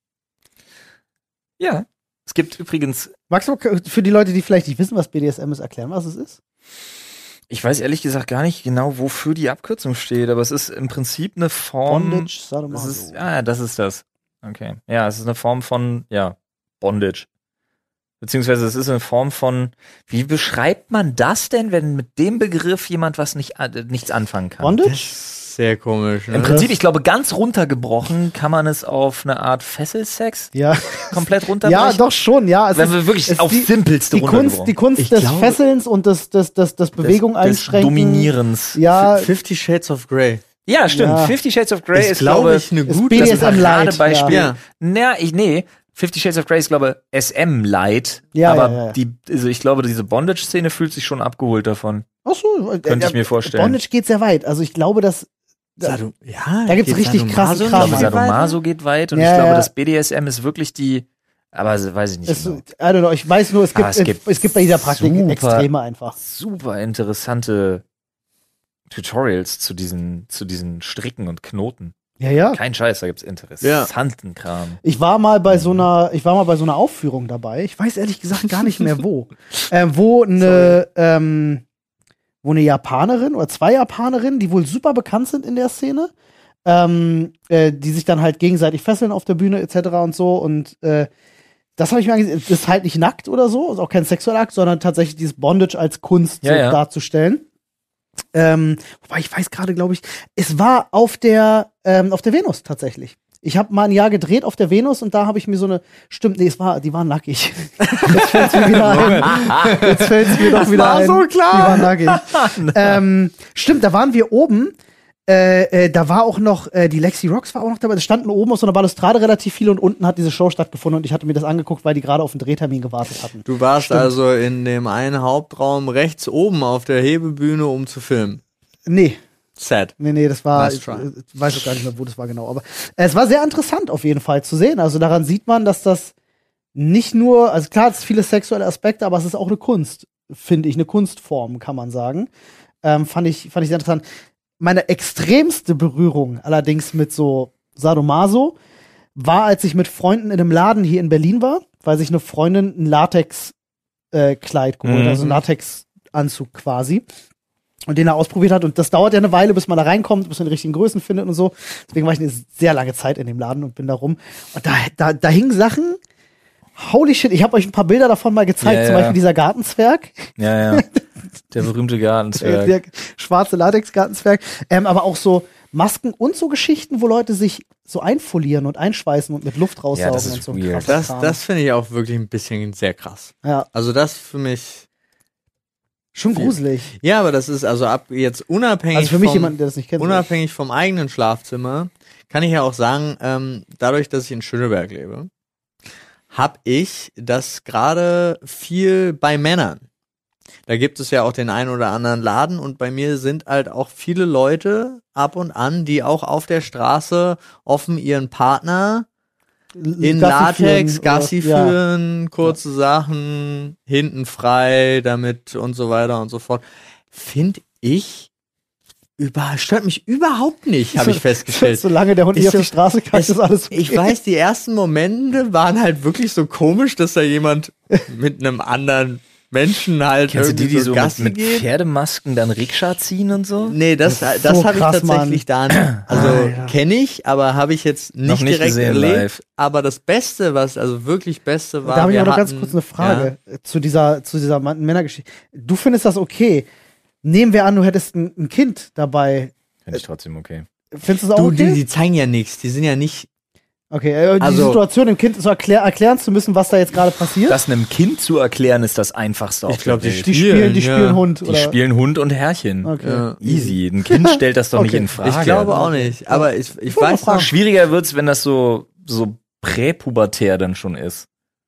Ja. Es gibt übrigens, magst du für die Leute, die vielleicht nicht wissen, was B D S M ist, erklären, was es ist? ich weiß ehrlich gesagt gar nicht genau, wofür die Abkürzung steht, aber es ist im Prinzip eine Form. Bondage, Das Sadomaso. ist, ah, das ist das. Okay. Ja, es ist eine Form von, ja, Bondage. Beziehungsweise es ist eine Form von, wie beschreibt man das denn, wenn mit dem Begriff jemand was nicht, äh, nichts anfangen kann? Bondage? Sehr komisch. Ne? Im Prinzip, ich glaube, ganz runtergebrochen kann man es auf eine Art Fesselsex Ja. komplett runterbrechen. Ja, doch schon, ja. Es Wenn ist, wir wirklich es ist aufs die, Simpelste die Kunst, runtergebrochen. die Kunst Ich des glaube- Fesselns und des, des, des, des Bewegung des, des einschränken. Dominierens. Ja, Fifty Shades of Grey. Ja, stimmt. Ja. Fifty Shades of Grey Ist, ist, glaube glaube ich, eine ist gute B D S M das ist ein Light, Paradebeispiel. ja. Na, ich, nee. Fifty Shades of Grey ist, glaube ich, S M Light. Ja, aber ja, ja. die, also ich glaube, diese Bondage-Szene fühlt sich schon abgeholt davon. ach so, Könnte ich mir vorstellen. Bondage geht sehr weit. Also ich glaube, dass da, Sadu ja, Da gibt's geht richtig Sadomaso krassen nicht Kram. Ich glaube, viel weiter? Sadomaso geht weit und Ja, ich glaube, ja. das B D S M ist wirklich die, aber weiß ich nicht es, genau. I don't know, ich weiß nur, es gibt, Ah, es es gibt gibt, bei dieser Praktik super- Extreme einfach. Super interessante Tutorials zu diesen, zu diesen Stricken und Knoten. Ja, ja. Kein Scheiß, da gibt's interessanten Kram. Ich war mal bei so einer, ich war mal bei so einer Aufführung dabei. Ich weiß ehrlich gesagt gar nicht mehr wo. ähm, wo eine, ähm, wo eine Japanerin oder zwei Japanerinnen, die wohl super bekannt sind in der Szene, ähm, äh, die sich dann halt gegenseitig fesseln auf der Bühne et cetera und so. Und äh, das habe ich mir angesehen. Das ist halt nicht nackt oder so, ist auch kein Sexualakt, sondern tatsächlich dieses Bondage als Kunst Ja, so ja. darzustellen. Ähm, wobei ich weiß gerade, glaube ich, es war auf der ähm, auf der Venus tatsächlich. Ich habe mal ein Jahr gedreht auf der Venus und da habe ich mir so eine, stimmt, nee, es war, die waren nackig. Jetzt fällt's mir wieder ein. Jetzt fällt's mir doch wieder war ein. so klar. Die waren nackig. ähm, stimmt, da waren wir oben. Äh, äh, da war auch noch, äh, die Lexi Rocks war auch noch dabei. Da standen oben auf so einer Balustrade relativ viele und unten hat diese Show stattgefunden und ich hatte mir das angeguckt, weil die gerade auf den Drehtermin gewartet hatten. Du warst Stimmt. also in dem einen Hauptraum rechts oben auf der Hebebühne, um zu filmen. Nee. Sad. Nee, nee, das war, Nice ich, try. äh, weiß auch gar nicht mehr, wo das war genau. Aber äh, es war sehr interessant auf jeden Fall zu sehen. Also daran sieht man, dass das nicht nur, also klar, es ist viele sexuelle Aspekte, aber es ist auch eine Kunst, finde ich, eine Kunstform, kann man sagen. Ähm, fand ich, fand ich sehr interessant. Meine extremste Berührung allerdings mit so Sadomaso war, als ich mit Freunden in einem Laden hier in Berlin war, weil sich eine Freundin ein Latex-Kleid geholt hat, Mhm. also ein Latex-Anzug quasi. Und den er ausprobiert hat. Und das dauert ja eine Weile, bis man da reinkommt, bis man die richtigen Größen findet und so. Deswegen war ich eine sehr lange Zeit in dem Laden und bin da rum. Und da, da, da hingen Sachen. Holy shit, ich habe euch ein paar Bilder davon mal gezeigt. Ja, Zum ja. Beispiel dieser Gartenzwerg. Ja, ja. Der berühmte Der, Gartenzwerg. der schwarze Latex-Gartenzwerg. Ähm, aber auch so Masken und so Geschichten, wo Leute sich so einfolieren und einschweißen und mit Luft raussaugen das ist und so. weird. krasser Das, Kram. das finde ich auch wirklich ein bisschen sehr krass. ja, Also das für mich. schon viel. gruselig. Ja, aber das ist also ab jetzt unabhängig Also für mich vom, jemand, der das nicht kennt. unabhängig vom eigenen Schlafzimmer, kann ich ja auch sagen, ähm, dadurch, dass ich in Schöneberg lebe, habe ich das gerade viel bei Männern. Da gibt es ja auch den einen oder anderen Laden und bei mir sind halt auch viele Leute ab und an, die auch auf der Straße offen ihren Partner in Gassi Latex, führen Gassi oder- ja. führen, kurze Sachen, hinten frei, damit und so weiter und so fort. Finde ich, über, stört mich überhaupt nicht, habe ich festgestellt. Solange der Hund Ist nicht auf so- die Straße kann, es- ist alles okay. Ich weiß, die ersten Momente waren halt wirklich so komisch, dass da jemand mit einem anderen Menschen halt Kennst du die, irgendwie die so mit, Gassi mit geht. Pferdemasken dann Rikscha ziehen und so? Nee, das, Das ist das so habe ich krass, tatsächlich da nicht. Also Ah, ja. kenne ich, aber habe ich jetzt nicht, Noch nicht direkt gesehen erlebt. live. Aber das Beste, was, also wirklich Beste war, Da habe ich wir aber noch ganz hatten- kurz eine Frage äh, zu dieser, zu dieser Mann- Männergeschichte. Du findest das okay? Nehmen wir an, du hättest ein, ein Kind dabei. Finde ich trotzdem okay. Findest du das auch Du, okay? die, die zeigen ja nichts. Die sind ja nicht. okay, äh, die Also- Situation dem Kind so erklär, erklären zu müssen, was da jetzt gerade passiert. Das einem Kind zu erklären, ist das Einfachste auf Ich glaub, der die Welt. die spielen, die ja. spielen Hund. Die oder? spielen Hund und Herrchen. Okay. Ja. Easy. Ein Kind stellt das doch nicht Okay. in Frage. Ich glaube auch nicht. Aber ich, ich wollte weiß mal noch, Schwieriger wird's, wenn das so, so präpubertär dann schon ist.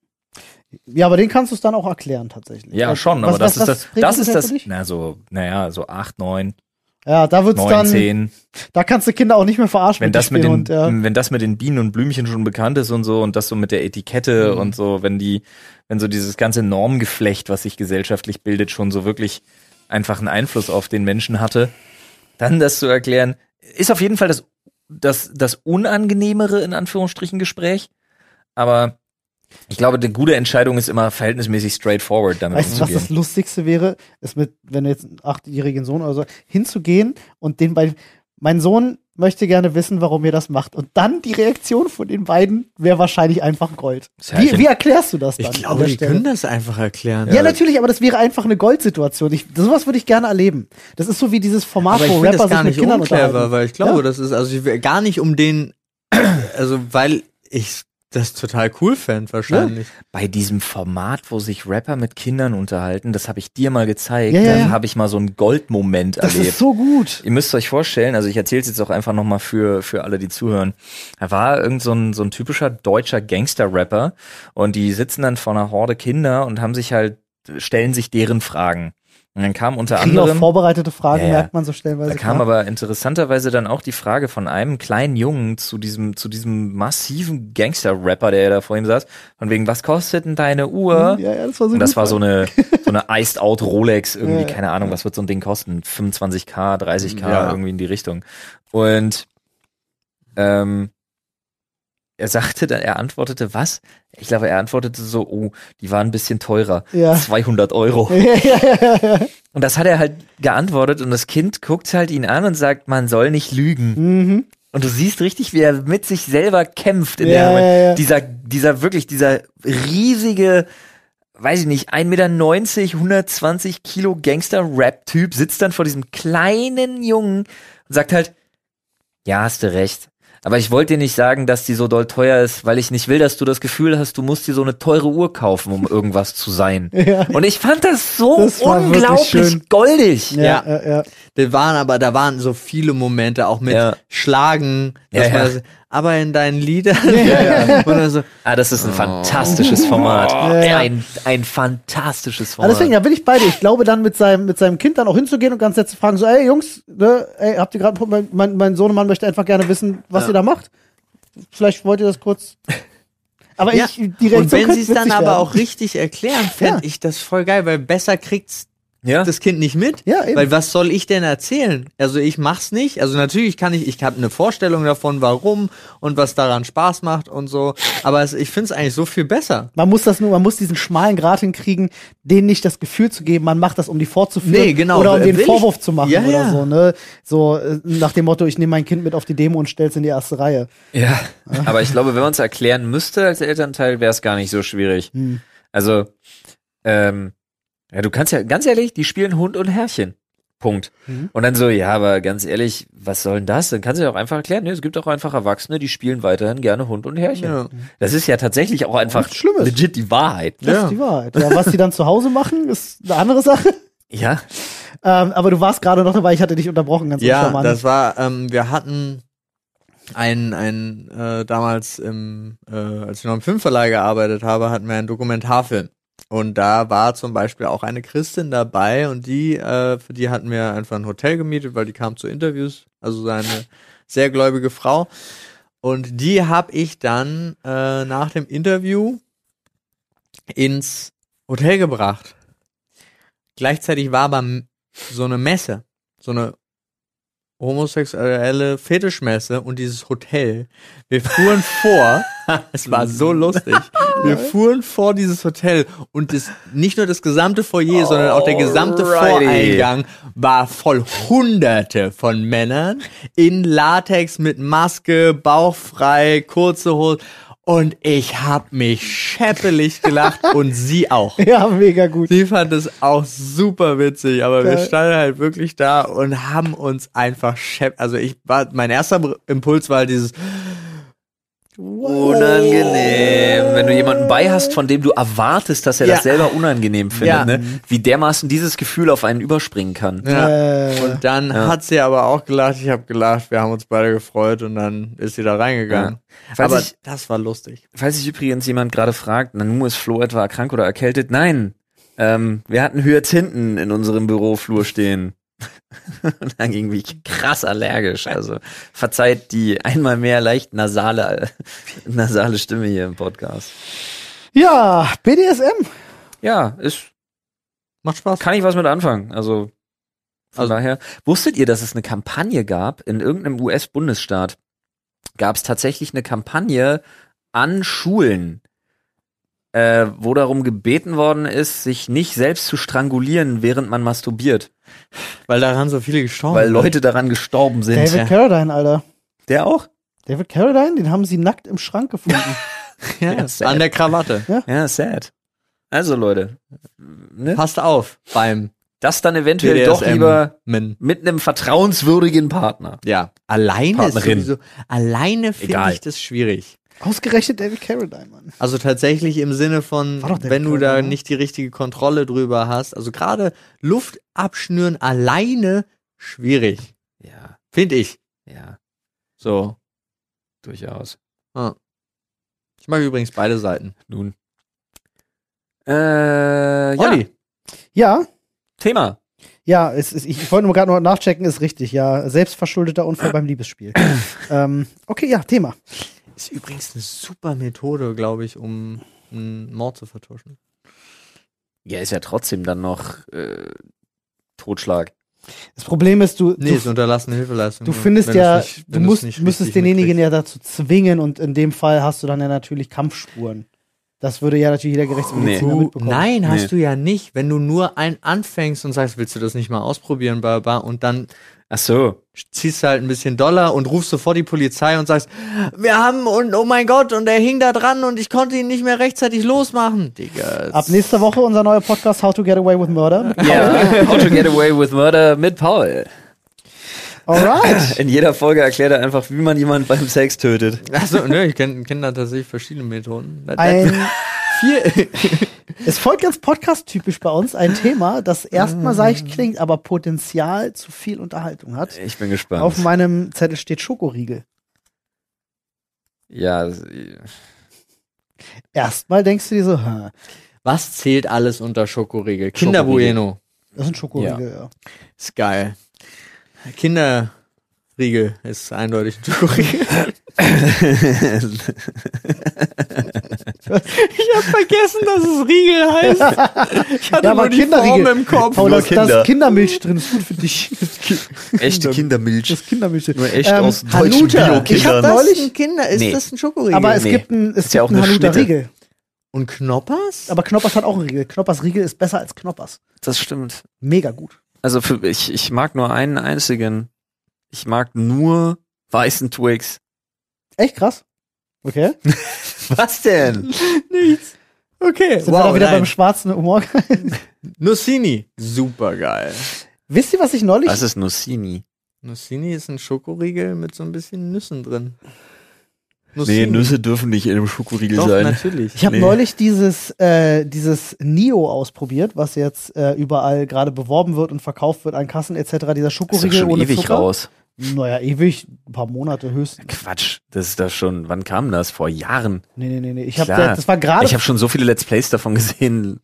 Ja, aber den kannst du es dann auch erklären tatsächlich. Ja, Äh, schon, was- aber das was- ist was das, prägt das ist für das, dich? na so, naja, so acht, neun, Ja, da wird's neun, dann, zehn. da kannst du Kinder auch nicht mehr verarschen. Wenn mit das dem mit den, Spielhund, ja. wenn das mit den Bienen und Blümchen schon bekannt ist und so und das so mit der Etikette Mhm. und so, wenn die, wenn so dieses ganze Normgeflecht, was sich gesellschaftlich bildet, schon so wirklich einfach einen Einfluss auf den Menschen hatte, dann das zu erklären, ist auf jeden Fall das, das, das unangenehmere, in Anführungsstrichen, Gespräch. Aber ich glaube, die gute Entscheidung ist immer verhältnismäßig straightforward damit Weißt du, was umzugehen. das Lustigste wäre? Ist mit, wenn du jetzt einen achtjährigen Sohn oder so, hinzugehen und den bei, mein Sohn möchte gerne wissen, warum ihr das macht. Und dann die Reaktion von den beiden wäre wahrscheinlich einfach Gold. Das Wie, Herrchen. wie erklärst du das dann? ich an glaube, der die Stelle? können das einfach erklären. Ja, natürlich, aber das wäre einfach eine Goldsituation. Ich, sowas würde ich gerne erleben. Das ist so wie dieses Format, Aber ich wo finde Rapper das sich gar mit nicht Kindern unclever, unterhalten. weil ich glaube, Ja. das ist, also ich will gar nicht um den, also weil ich das total cool fände wahrscheinlich. Bei diesem Format, wo sich Rapper mit Kindern unterhalten, das habe ich dir mal gezeigt, Ja, ja, da ja. habe ich mal so einen Goldmoment Das erlebt. ist so gut. Ihr müsst euch vorstellen, also ich erzähle es jetzt auch einfach nochmal für, für alle, die zuhören. Da war irgend so ein, so ein typischer deutscher Gangster-Rapper und die sitzen dann vor einer Horde Kinder und haben sich halt, stellen sich deren Fragen. Und dann kam unter Kriegen auch anderem, vorbereitete Fragen, Ja, ja. merkt man so stellenweise. da kam klar. aber interessanterweise dann auch die Frage von einem kleinen Jungen zu diesem, zu diesem massiven Gangster-Rapper, der da vor ihm saß, von wegen, was kostet denn deine Uhr? Ja, ja, das war so Und das gut. war so eine, so eine Iced Out Rolex, irgendwie, Ja, ja. keine Ahnung, was wird so ein Ding kosten? fünfundzwanzig K, dreißig K, Ja. irgendwie in die Richtung. Und ähm, er sagte dann, er antwortete, was? Ich glaube, er antwortete so, oh, die waren ein bisschen teurer. Ja. zweihundert Euro. ja, ja, ja, ja. Und das hat er halt geantwortet und das Kind guckt halt ihn an und sagt, man soll nicht lügen. Mhm. Und du siehst richtig, wie er mit sich selber kämpft in Ja, der Moment. ja, ja. Dieser, dieser wirklich, dieser riesige, weiß ich nicht, ein Meter neunzig, hundertzwanzig Kilo Gangster-Rap-Typ sitzt dann vor diesem kleinen Jungen und sagt halt, ja, hast du recht. Aber ich wollte dir nicht sagen, dass die so doll teuer ist, weil ich nicht will, dass du das Gefühl hast, du musst dir so eine teure Uhr kaufen, um irgendwas zu sein. Ja. Und ich fand das so Das war wirklich unglaublich schön. goldig. Ja, Ja. ja, ja. Da waren aber, da waren so viele Momente, auch mit Ja. Schlagen, dass Ja, man ja. das, aber in deinen Liedern. Ja. Oder so. Ah, das ist ein fantastisches Format. Ja. Ein, ein fantastisches Aber Format. deswegen, da bin ich bei dir. Ich glaube, dann mit seinem, mit seinem Kind dann auch hinzugehen und ganz nett zu fragen, so, ey, Jungs, ne, ey, habt ihr gerade, mein, mein, mein Sohnemann möchte einfach gerne wissen, was Ja. ihr da macht. Vielleicht wollt ihr das kurz. Aber Ja. ich, die Reaktion Und wenn könnte sie es dann witzig aber werden. auch richtig erklären, fände Ja. ich das voll geil, weil besser kriegt's ja? das Kind nicht mit. Ja, eben. Weil was soll ich denn erzählen? Also ich mach's nicht. Also natürlich kann ich, ich habe eine Vorstellung davon, warum und was daran Spaß macht und so. Aber es, ich finde es eigentlich so viel besser. Man muss das nur, man muss diesen schmalen Grat hinkriegen, denen nicht das Gefühl zu geben, man macht das, um die fortzuführen. Nee, genau. Oder um Will den ich- Vorwurf zu machen Ja, oder ja. so, ne? So, äh, nach dem Motto, ich nehme mein Kind mit auf die Demo und stell's in die erste Reihe. Ja, aber ich glaube, wenn man es erklären müsste als Elternteil, wäre es gar nicht so schwierig. Hm. Also, ähm, ja, du kannst ja, ganz ehrlich, die spielen Hund und Herrchen. Punkt. Mhm. Und dann so, ja, aber ganz ehrlich, was soll denn das? Dann kannst du ja auch einfach erklären, ne, es gibt auch einfach Erwachsene, die spielen weiterhin gerne Hund und Herrchen. Ja. Das ist ja tatsächlich auch einfach Nichts Schlimmes. legit die Wahrheit. Das Ja. ist die Wahrheit. Ja, was die dann zu Hause machen, ist eine andere Sache. Ja, Ähm, aber du warst gerade noch dabei, ich hatte dich unterbrochen, ganz Ja, uncharmant. das war, ähm, wir hatten ein, ein äh, damals im, äh, als ich noch im Filmverleih gearbeitet habe, hatten wir einen Dokumentarfilm. Und da war zum Beispiel auch eine Christin dabei und die, äh, für die hatten wir einfach ein Hotel gemietet, weil die kam zu Interviews, also seine sehr gläubige Frau. Und die habe ich dann äh, nach dem Interview ins Hotel gebracht. Gleichzeitig war aber m- so eine Messe, so eine homosexuelle Fetischmesse und dieses Hotel. Wir fuhren vor, es war so lustig, wir fuhren vor dieses Hotel und das, nicht nur das gesamte Foyer, sondern auch der gesamte Alrighty. Voreingang war voll Hunderte von Männern in Latex mit Maske, bauchfrei, kurze Hose. Und ich hab mich scheppelig gelacht und sie auch. Ja, mega gut. Sie fand es auch super witzig, aber wir Geil. standen halt wirklich da und haben uns einfach schepp. Also ich war, mein erster Br- Impuls war halt dieses, unangenehm. Wenn du jemanden bei hast, von dem du erwartest, dass er Ja. das selber unangenehm findet, Ja. ne? Wie dermaßen dieses Gefühl auf einen überspringen kann. ja. Äh, Und dann Ja. hat sie aber auch gelacht, ich habe gelacht, wir haben uns beide gefreut und dann ist sie da reingegangen. Falls Aber ich- das war lustig. Falls sich übrigens jemand gerade fragt, Nanu, ist Flo etwa krank oder erkältet? Nein. Ähm, wir hatten Hyazinthen in unserem Büroflur stehen. Und dann irgendwie krass allergisch. Also verzeiht die einmal mehr leicht nasale, nasale Stimme hier im Podcast. ja, B D S M. Ja, ist, Macht Spaß. kann ich was mit anfangen. Also von Also- daher. Wusstet ihr, dass es eine Kampagne gab in irgendeinem U S-Bundesstaat? Gab es tatsächlich eine Kampagne an Schulen, äh, wo darum gebeten worden ist, sich nicht selbst zu strangulieren, während man masturbiert, Weil daran so viele gestorben weil sind. Leute daran gestorben sind. David Carradine, Alter. Der auch? David Carradine, den haben sie nackt im Schrank gefunden. ja, Ja, sad. an der Krawatte. Ja, sad. Also Leute, ne? Passt auf beim Das dann eventuell B D S M doch lieber Men. mit einem vertrauenswürdigen Partner. Ja, alleine ist Partnerin. sowieso, alleine finde Egal. ich das schwierig. Ausgerechnet David Carradine, Mann. Also tatsächlich im Sinne von, War doch der wenn du Körper, da ne? nicht die richtige Kontrolle drüber hast. Also gerade Luft abschnüren alleine schwierig, Ja, finde ich. ja, So. durchaus. Ah. Ich mag übrigens beide Seiten. Nun. Äh, ja, Olli. Ja, Thema. ja, es ist, ich, ich wollte nur gerade noch nachchecken, ist richtig, ja. Selbstverschuldeter Unfall beim Liebesspiel. ähm, okay, ja, Thema. Ist übrigens eine super Methode, glaube ich, um einen Mord zu vertuschen. Ja, ist ja trotzdem dann noch äh, Totschlag. Das Problem ist, du, Nee, du, ist unterlassene Hilfeleistung. du findest wenn ja, du's nicht- du wenn du's musst, nicht müsstest richtig denjenigen mitkriegst. ja dazu zwingen und in dem Fall hast du dann ja natürlich Kampfspuren. Das würde ja natürlich jeder Gerichtsmediziner Nee. mitbekommen. Nein, hast Nee. du ja nicht. Wenn du nur einen anfängst und sagst, willst du das nicht mal ausprobieren, bla, bla, und dann Ach so. ziehst du halt ein bisschen Dollar und rufst sofort die Polizei und sagst, wir haben, und oh mein Gott, und er hing da dran und ich konnte ihn nicht mehr rechtzeitig losmachen. Digga. Ab nächster Woche unser neuer Podcast How to Get Away with Murder. Ja, How to Get Away with Murder mit Paul. Alright. In jeder Folge erklärt er einfach, wie man jemanden beim Sex tötet. Achso, ne, ich kenne kenn da tatsächlich verschiedene Methoden. Das- Ein, Vier. es folgt ganz podcast-typisch bei uns ein Thema, das erstmal seicht klingt, aber Potenzial zu viel Unterhaltung hat. Ich bin gespannt. Auf meinem Zettel steht Schokoriegel. Ja, das- Erstmal denkst du dir so, hä, Was zählt alles unter Schokoriegel? Kinder Bueno. das sind Schokoriegel, ja. Ist geil. Kinderriegel ist eindeutig ein Schokoriegel. Ich hab vergessen, dass es Riegel heißt. Ich hatte Ja, aber nur die Form Kinderriegel. im Kopf. Oh, Nur das, da Kinder. ist Kindermilch drin, ist gut für dich. echte Kindermilch. Das ist Kindermilch. Nur echt Ähm, aus deutschen Hanuta. Ich hab Bio-Kindern. neulich- ein Kinder, ist Nee. das ein Schokoriegel? Aber es Nee. gibt einen, es Ist ja gibt auch einen eine Schnitte. Hanuta-Riegel. Und Knoppers? Aber Knoppers hat auch einen Riegel. Knoppers Riegel ist besser als Knoppers. Das stimmt. Mega gut. Also für, ich, ich mag nur einen einzigen. Ich mag nur weißen Twix. Echt krass. Okay. Was denn? Nichts. Okay. Sind wir da wieder beim schwarzen Humor? Nussini. Super geil. Wisst ihr, was ich neulich... Was ist Nussini? Nussini ist ein Schokoriegel mit so ein bisschen Nüssen drin. Nee, Nüsse dürfen nicht in einem Schokoriegel Doch, sein. natürlich. Ich habe Nee. neulich dieses, äh, dieses Nio ausprobiert, was jetzt äh, überall gerade beworben wird und verkauft wird an Kassen et cetera. Dieser Ist doch Schokoriegel schon ohne ewig Zucker. raus. Naja, ewig, ein paar Monate höchstens. Quatsch. Das ist doch schon, wann kam das? Vor Jahren. Nee, nee, nee, nee. Ich hab, Klar. das war gerade. Ich habe schon so viele Let's Plays davon gesehen.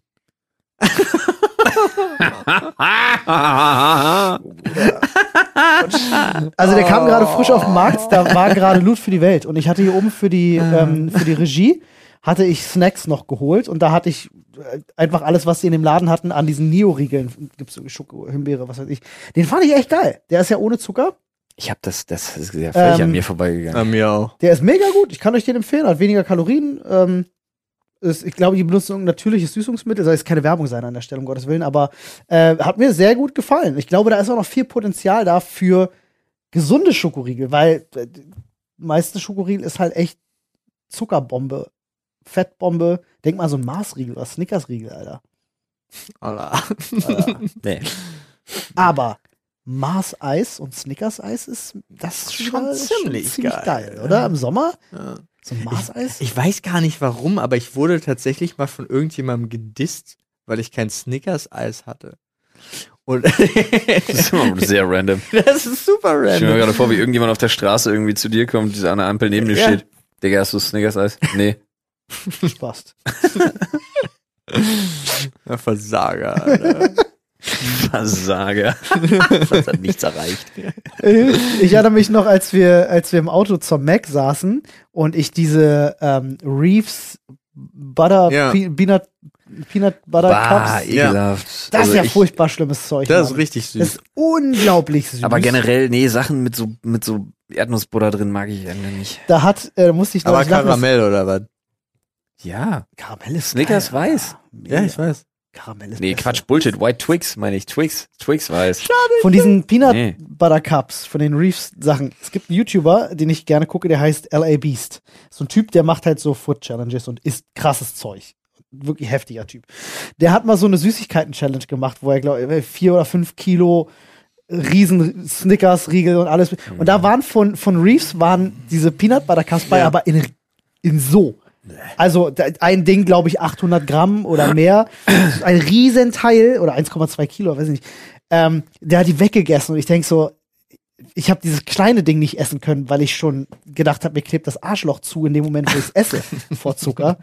Also der kam gerade frisch auf den Markt, da war gerade Loot für die Welt. Und ich hatte hier oben für die, ähm, für die Regie, hatte ich Snacks noch geholt und da hatte ich äh, einfach alles, was sie in dem Laden hatten, an diesen Nio-Riegeln. Gibt's so Schoko, Himbeere, was weiß ich. Den fand ich echt geil. Der ist ja ohne Zucker. Ich habe das, das ist ja völlig Ähm, an mir vorbeigegangen. Bei mir auch. Der ist mega gut. Ich kann euch den empfehlen. Hat weniger Kalorien. Ähm, ist, ich glaube, die benutzen ein natürliches Süßungsmittel. Soll jetzt keine Werbung sein an der Stelle, um Gottes Willen. Aber äh, hat mir sehr gut gefallen. Ich glaube, da ist auch noch viel Potenzial da für gesunde Schokoriegel. Weil äh, die meiste Schokoriegel ist halt echt Zuckerbombe. Fettbombe. Denk mal so ein Marsriegel oder Snickers-Riegel, Alter. Alter. Alter. Nee. Aber Mars-Eis und Snickers-Eis ist das ist Schon wieder- ziemlich ziemlich geil, geil, oder? ja. Im Sommer? Ja. So ein Mars-Eis? Ich weiß gar nicht warum, aber ich wurde tatsächlich mal von irgendjemandem gedisst, weil ich kein Snickers-Eis hatte. Und Das ist immer sehr random. das ist super Ich stelle mir random. gerade vor, wie irgendjemand auf der Straße irgendwie zu dir kommt, dieser an der Ampel neben dir Ja. steht. Digga, hast du Snickers-Eis? Nee. Passt. Ja, Versager, Alter. Versager. Das hat nichts erreicht. Ich erinnere mich noch, als wir, als wir im Auto zur Mac saßen und ich diese ähm, Reeves Butter, Ja. Pe Peanut, Peanut Butter Bah, Cups. ekelhaft. Das Also ist ja ich- furchtbar schlimmes Zeug. Das ist Mann. richtig Das süß. ist unglaublich süß. Aber generell, nee, Sachen mit so, mit so Erdnussbutter drin mag ich eigentlich nicht. Da hat, äh, musste ich Aber neulich lachen, dass- Karamell oder was? Ja. Karamell ist Snickers geil, weiß. Alter. Ja, ich weiß. Karamell ist Nee, besser. Quatsch, Bullshit. White Twix, meine ich. Twix. Twix weiß. Von diesen Peanut Nee. Butter Cups, von den Reeves Sachen. Es gibt einen YouTuber, den ich gerne gucke, der heißt L A Beast. So ein Typ, der macht halt so Food Challenges und isst krasses Zeug. Wirklich heftiger Typ. Der hat mal so eine Süßigkeiten-Challenge gemacht, wo er, glaube ich, vier oder fünf Kilo riesen Snickers-Riegel und alles. Und da waren von, von Reeves waren diese Peanut Butter Cups bei, Ja. aber in, in so. Also da- ein Ding, glaube ich, achthundert Gramm oder mehr. Ein Riesenteil oder eins Komma zwei Kilo, weiß ich nicht. Ähm, der hat die weggegessen und ich denk so, ich habe dieses kleine Ding nicht essen können, weil ich schon gedacht habe, mir klebt das Arschloch zu in dem Moment, wo ich es esse vor Zucker.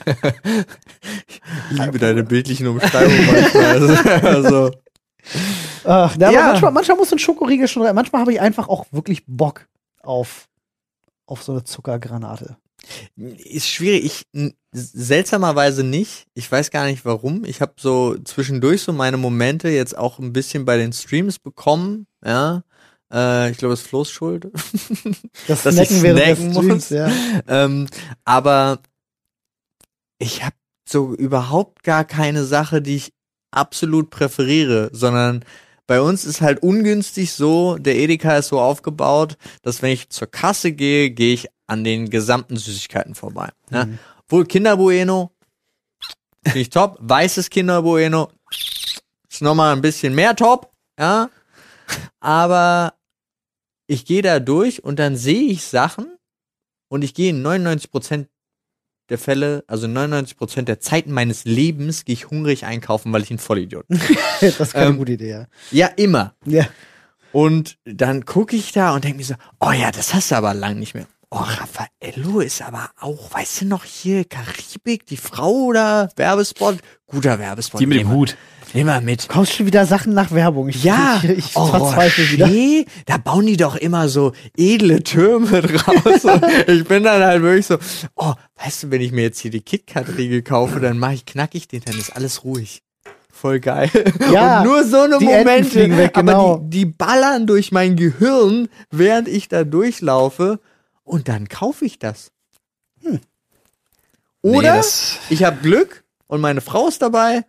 Ich liebe deine bildlichen Umschreibungen manchmal. Also, Ach, ja, Ja. aber manchmal, manchmal muss so ein Schokoriegel schon rein. Manchmal habe ich einfach auch wirklich Bock auf, auf so eine Zuckergranate. ist schwierig. Ich n- seltsamerweise nicht. Ich weiß gar nicht warum. Ich habe so zwischendurch so meine Momente jetzt auch ein bisschen bei den Streams bekommen. Ja, äh, ich glaube, es ist Flo's Schuld. Das Dass ich Snacken während des snacken Streams, muss. ja. ähm, aber ich habe so überhaupt gar keine Sache, die ich absolut präferiere, sondern bei uns ist halt ungünstig so, der Edeka ist so aufgebaut, dass wenn ich zur Kasse gehe, gehe ich an den gesamten Süßigkeiten vorbei. Ja? Mhm. Wohl Kinder Bueno, finde ich top. Weißes Kinder Bueno ist nochmal ein bisschen mehr top, ja. Aber ich gehe da durch und dann sehe ich Sachen und ich gehe in neunundneunzig Prozent der Fälle, also neunundneunzig Prozent der Zeiten meines Lebens, gehe ich hungrig einkaufen, weil ich ein Vollidiot bin. Das ist keine Ähm, gute Idee, ja. Ja, immer. Ja. Und dann gucke ich da und denke mir so, oh ja, das hast du aber lang nicht mehr. Oh, Raffaello ist aber auch, weißt du noch, hier Karibik, die Frau oder Werbespot? Guter Werbespot. Die mit dem Nehmen wir- Hut. Nehmen wir mit. Kommst schon wieder Sachen nach Werbung. Ich, Ja, ich, ich oh, verzweifle wieder. Rocher, da bauen die doch immer so edle Türme draus. Und ich bin dann halt wirklich so, oh, weißt du, wenn ich mir jetzt hier die KitKat-Riegel kaufe, dann mache ich knackig den, dann ist alles ruhig. Voll geil. Ja, und nur so eine die Enten Momente, fliegen weg, genau. aber die, die ballern durch mein Gehirn, während ich da durchlaufe und dann kaufe ich das. Hm. Oder Nee, das- ich habe Glück und meine Frau ist dabei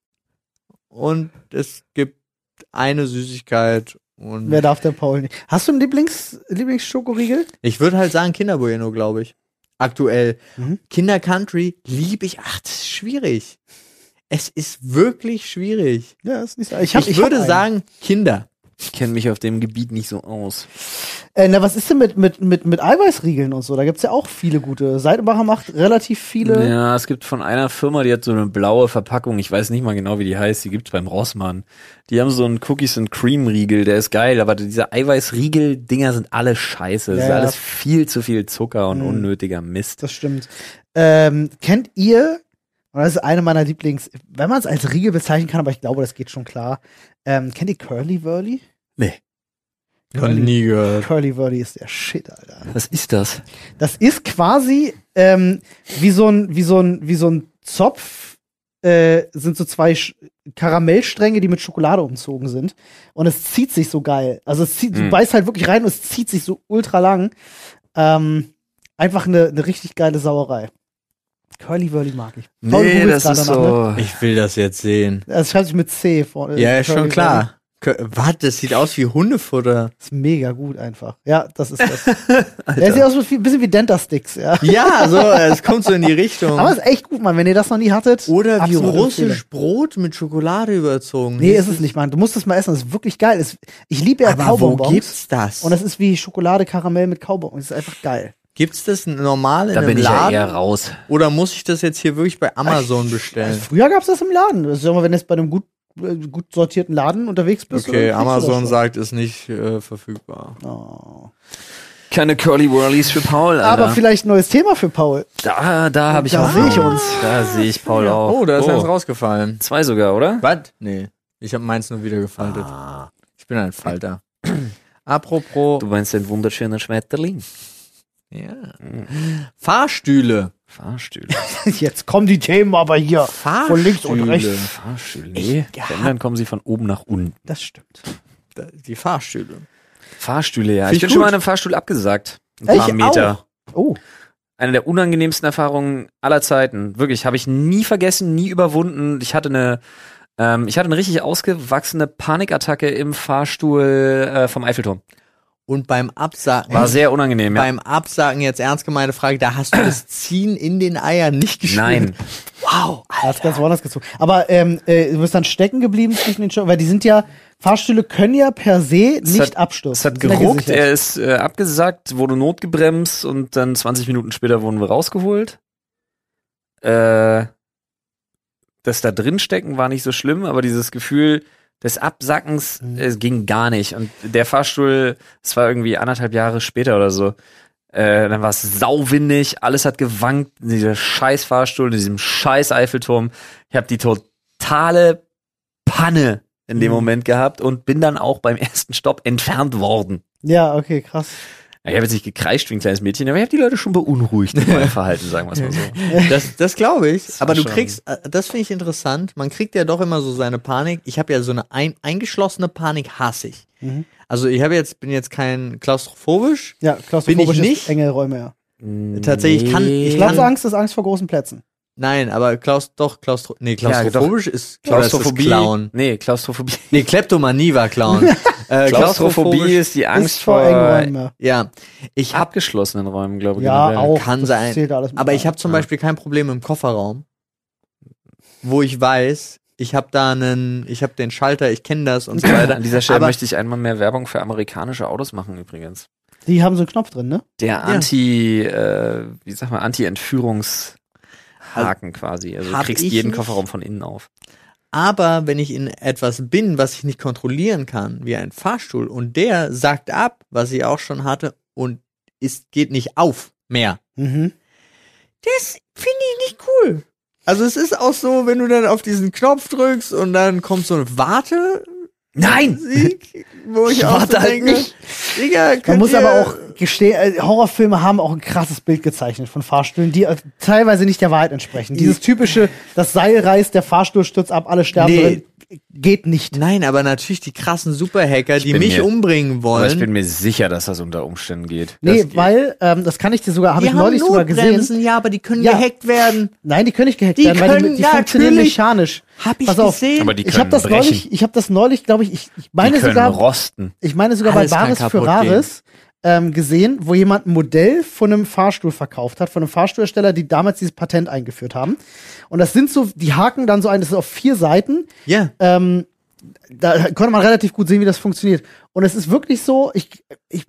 und es gibt eine Süßigkeit und Wer darf der Paul nicht? Hast du einen Lieblings, Lieblingsschokoriegel? ich würde halt sagen Kinder Bueno, glaube ich. Aktuell. Mhm. Kinder Country liebe ich. Ach, das ist schwierig. Es ist wirklich schwierig. Ja, ist nicht so. Ich, Ich, hab, ich würde hab einen. sagen Kinder. Ich kenne mich auf dem Gebiet nicht so aus. Äh, na, was ist denn mit, mit, mit, mit Eiweißriegeln und so? Da gibt's ja auch viele gute. Seidenbacher macht relativ viele. Ja, es gibt von einer Firma, die hat so eine blaue Verpackung. Ich weiß nicht mal genau, wie die heißt. Die gibt's beim Rossmann. Die haben so einen Cookies and Cream Riegel. Der ist geil, aber diese Eiweißriegel-Dinger sind alle scheiße. Das Ja, ist ja. alles viel zu viel Zucker und Mhm. unnötiger Mist. Das stimmt. Ähm, kennt ihr, und das ist eine meiner Lieblings, wenn man es als Riegel bezeichnen kann, aber ich glaube, das geht schon klar. Ähm, kennt ihr Curly Wurly? Nee. Noch nie gehört. Curly Wurly ist der Shit, Alter. Was ist das? Das ist quasi ähm, wie so ein, wie so ein, wie so ein Zopf, äh, sind so zwei Sch Karamellstränge, die mit Schokolade umzogen sind. Und es zieht sich so geil. Also es zieht, du Mhm. beißt halt wirklich rein und es zieht sich so ultra lang. Ähm, einfach eine, eine richtig geile Sauerei. Curly Wurly mag ich. Paul, du Nee, googelst das ist gerade danach, ne? so. Ich will das jetzt sehen. Das schreibt sich mit C vorne. Ja, ist Curly schon klar. Kö- Was? Das sieht aus wie Hundefutter. Wurly. Ist mega gut einfach. Ja, das ist das. Der sieht aus wie ein bisschen wie Denta-Sticks, ja. Ja, so, es kommt so in die Richtung. Aber ist echt gut, Mann. Wenn ihr das noch nie hattet. Oder wie absolute russisch Brot mit Schokolade überzogen. Nee, ist es nicht, Mann. Du musst es mal essen. Das ist wirklich geil. Es, ich liebe ja Aber wo Kaubonbons. gibt's das? Und das ist wie Schokolade Karamell mit Kaubonbons. Das ist einfach geil. Gibt's das normal in Da einem bin ich ja Laden? eher raus. Oder muss ich das jetzt hier wirklich bei Amazon bestellen? Früher gab's das im Laden. Das ist ja mal, wenn du jetzt bei einem gut, äh, gut sortierten Laden unterwegs bist. Okay, dann kriegst du Amazon das sagt, ist nicht äh, verfügbar. schon. Oh. Keine Curly Whirlies für Paul, Alter. Aber vielleicht ein neues Thema für Paul. da, da habe ich Da auch. sehe ich uns. Da sehe ich Paul auch. Oh, da ist eins rausgefallen. Zwei sogar, oder? Was? Nee, ich habe meins nur wieder gefaltet. Ich bin ein Falter. Apropos, Du meinst ein wunderschöner Schmetterling. ja. Fahrstühle. Fahrstühle. Jetzt kommen die Themen aber hier. Von links und rechts. Fahrstühle. Nee, Ich wenn, dann kommen sie von oben nach unten. Das stimmt. Die Fahrstühle. Fahrstühle, ja. Find Ich ich bin schon gut. mal in einem Fahrstuhl abgesagt. Ein Ich paar Meter. auch. Oh. Eine der unangenehmsten Erfahrungen aller Zeiten. Wirklich, habe ich nie vergessen, nie überwunden. Ich hatte eine, ähm, ich hatte eine richtig ausgewachsene Panikattacke im Fahrstuhl äh, vom Eiffelturm. Und beim Absagen, War sehr unangenehm, ja. beim Absagen jetzt ernst gemeinte Frage, da hast du das Ziehen in den Eiern nicht gespürt. Nein. Wow. Er hat's ganz woanders gezogen. Aber ähm, äh, du bist dann stecken geblieben zwischen den Schuhen, weil die sind ja, Fahrstühle können ja per se nicht hat- abstürzen. Es hat Die sind ja geruckt, gesichert. er ist äh, abgesackt, wurde notgebremst und dann zwanzig Minuten später wurden wir rausgeholt. Äh, das da drin stecken war nicht so schlimm, aber dieses Gefühl des Absackens Mhm. äh, ging gar nicht. Und der Fahrstuhl, es war irgendwie anderthalb Jahre später oder so, äh, dann war es sauwindig, alles hat gewankt, dieser scheiß Fahrstuhl, in diesem scheiß Eiffelturm. Ich habe die totale Panne in dem Mhm. Moment gehabt und bin dann auch beim ersten Stopp entfernt worden. Ja, okay, krass. Ja, ich habe jetzt nicht gekreischt wie ein kleines Mädchen, aber ich habe die Leute schon beunruhigt mit meinem Verhalten, sagen wir es mal so. Das, das glaube ich. Das war Aber du schon- kriegst, äh, das finde ich interessant. Man kriegt ja doch immer so seine Panik. Ich habe ja so eine ein, eingeschlossene Panik, hasse ich. Mhm. Also ich habe jetzt, bin jetzt kein klaustrophobisch. Ja, klaustrophobisch Bin ich ist nicht? enge Räume, ja. Tatsächlich, ich kann- ich kann- Platzangst ist Angst vor großen Plätzen. Nein, aber Klaus, doch, Klaustro, nee, klaustrophobisch ist, Klaustrophobie. oder ist das Clown. Nee, Klaustrophobie. Nee, Kleptomanie war Clown. äh, Klaustrophobie ist die Angst ist vor vor engen Räumen, ja. Ja, ich hab, abgeschlossenen Räumen, glaube ich. Ja, generell. auch. kann das sein. zählt alles mit aber ich rein. habe zum Ja. Beispiel kein Problem im Kofferraum, wo ich weiß, ich habe da einen, ich habe den Schalter, ich kenne das und so weiter. An dieser Stelle Aber möchte ich einmal mehr Werbung für amerikanische Autos machen übrigens. Die haben so einen Knopf drin, ne? Der Anti, äh, wie sag mal, Anti-Entführungshaken quasi. Also du Hab kriegst ich jeden nicht. Kofferraum von innen auf. Aber wenn ich in etwas bin, was ich nicht kontrollieren kann, wie ein Fahrstuhl, und der sagt ab, was ich auch schon hatte, und es geht nicht auf mehr, Mhm. das finde ich nicht cool. Also es ist auch so, wenn du dann auf diesen Knopf drückst und dann kommt so ein Warte. Nein! Sieg, wo ich, Ich auch warte so halt denke, nicht. Digga, Man könnt muss ihr- aber auch gestehen, äh, Horrorfilme haben auch ein krasses Bild gezeichnet von Fahrstühlen, die äh, teilweise nicht der Wahrheit entsprechen. Dieses typische, das Seil reißt, der Fahrstuhl stürzt ab, alle sterben Nee. drin, geht nicht. Nein, aber natürlich die krassen Superhacker, die bin mich mir- umbringen Aber ich bin wollen. mir sicher, dass das unter Umständen geht. Nee, das geht. weil, ähm, das kann ich dir sogar, habe Die ich neulich sogar gesehen. Notbremsen, ja, aber die können Ja. gehackt werden. Nein, die können nicht gehackt Die werden, weil die, können- die ja, funktionieren natürlich. mechanisch. Hab ich Pass auf. gesehen. Aber die Ich habe können das brechen. neulich, ich habe das neulich, glaube ich, ich, ich meine die können sogar, rosten. ich meine sogar Alles bei kann Bares für kaputt Rares ähm, gesehen, wo jemand ein Modell von einem Fahrstuhl verkauft hat, von einem Fahrstuhlhersteller, die damals dieses Patent eingeführt haben. Und das sind so, die haken dann so ein, das ist auf vier Seiten. Ja. Ähm, da konnte man relativ gut sehen, wie das funktioniert. Und es ist wirklich so, ich, ich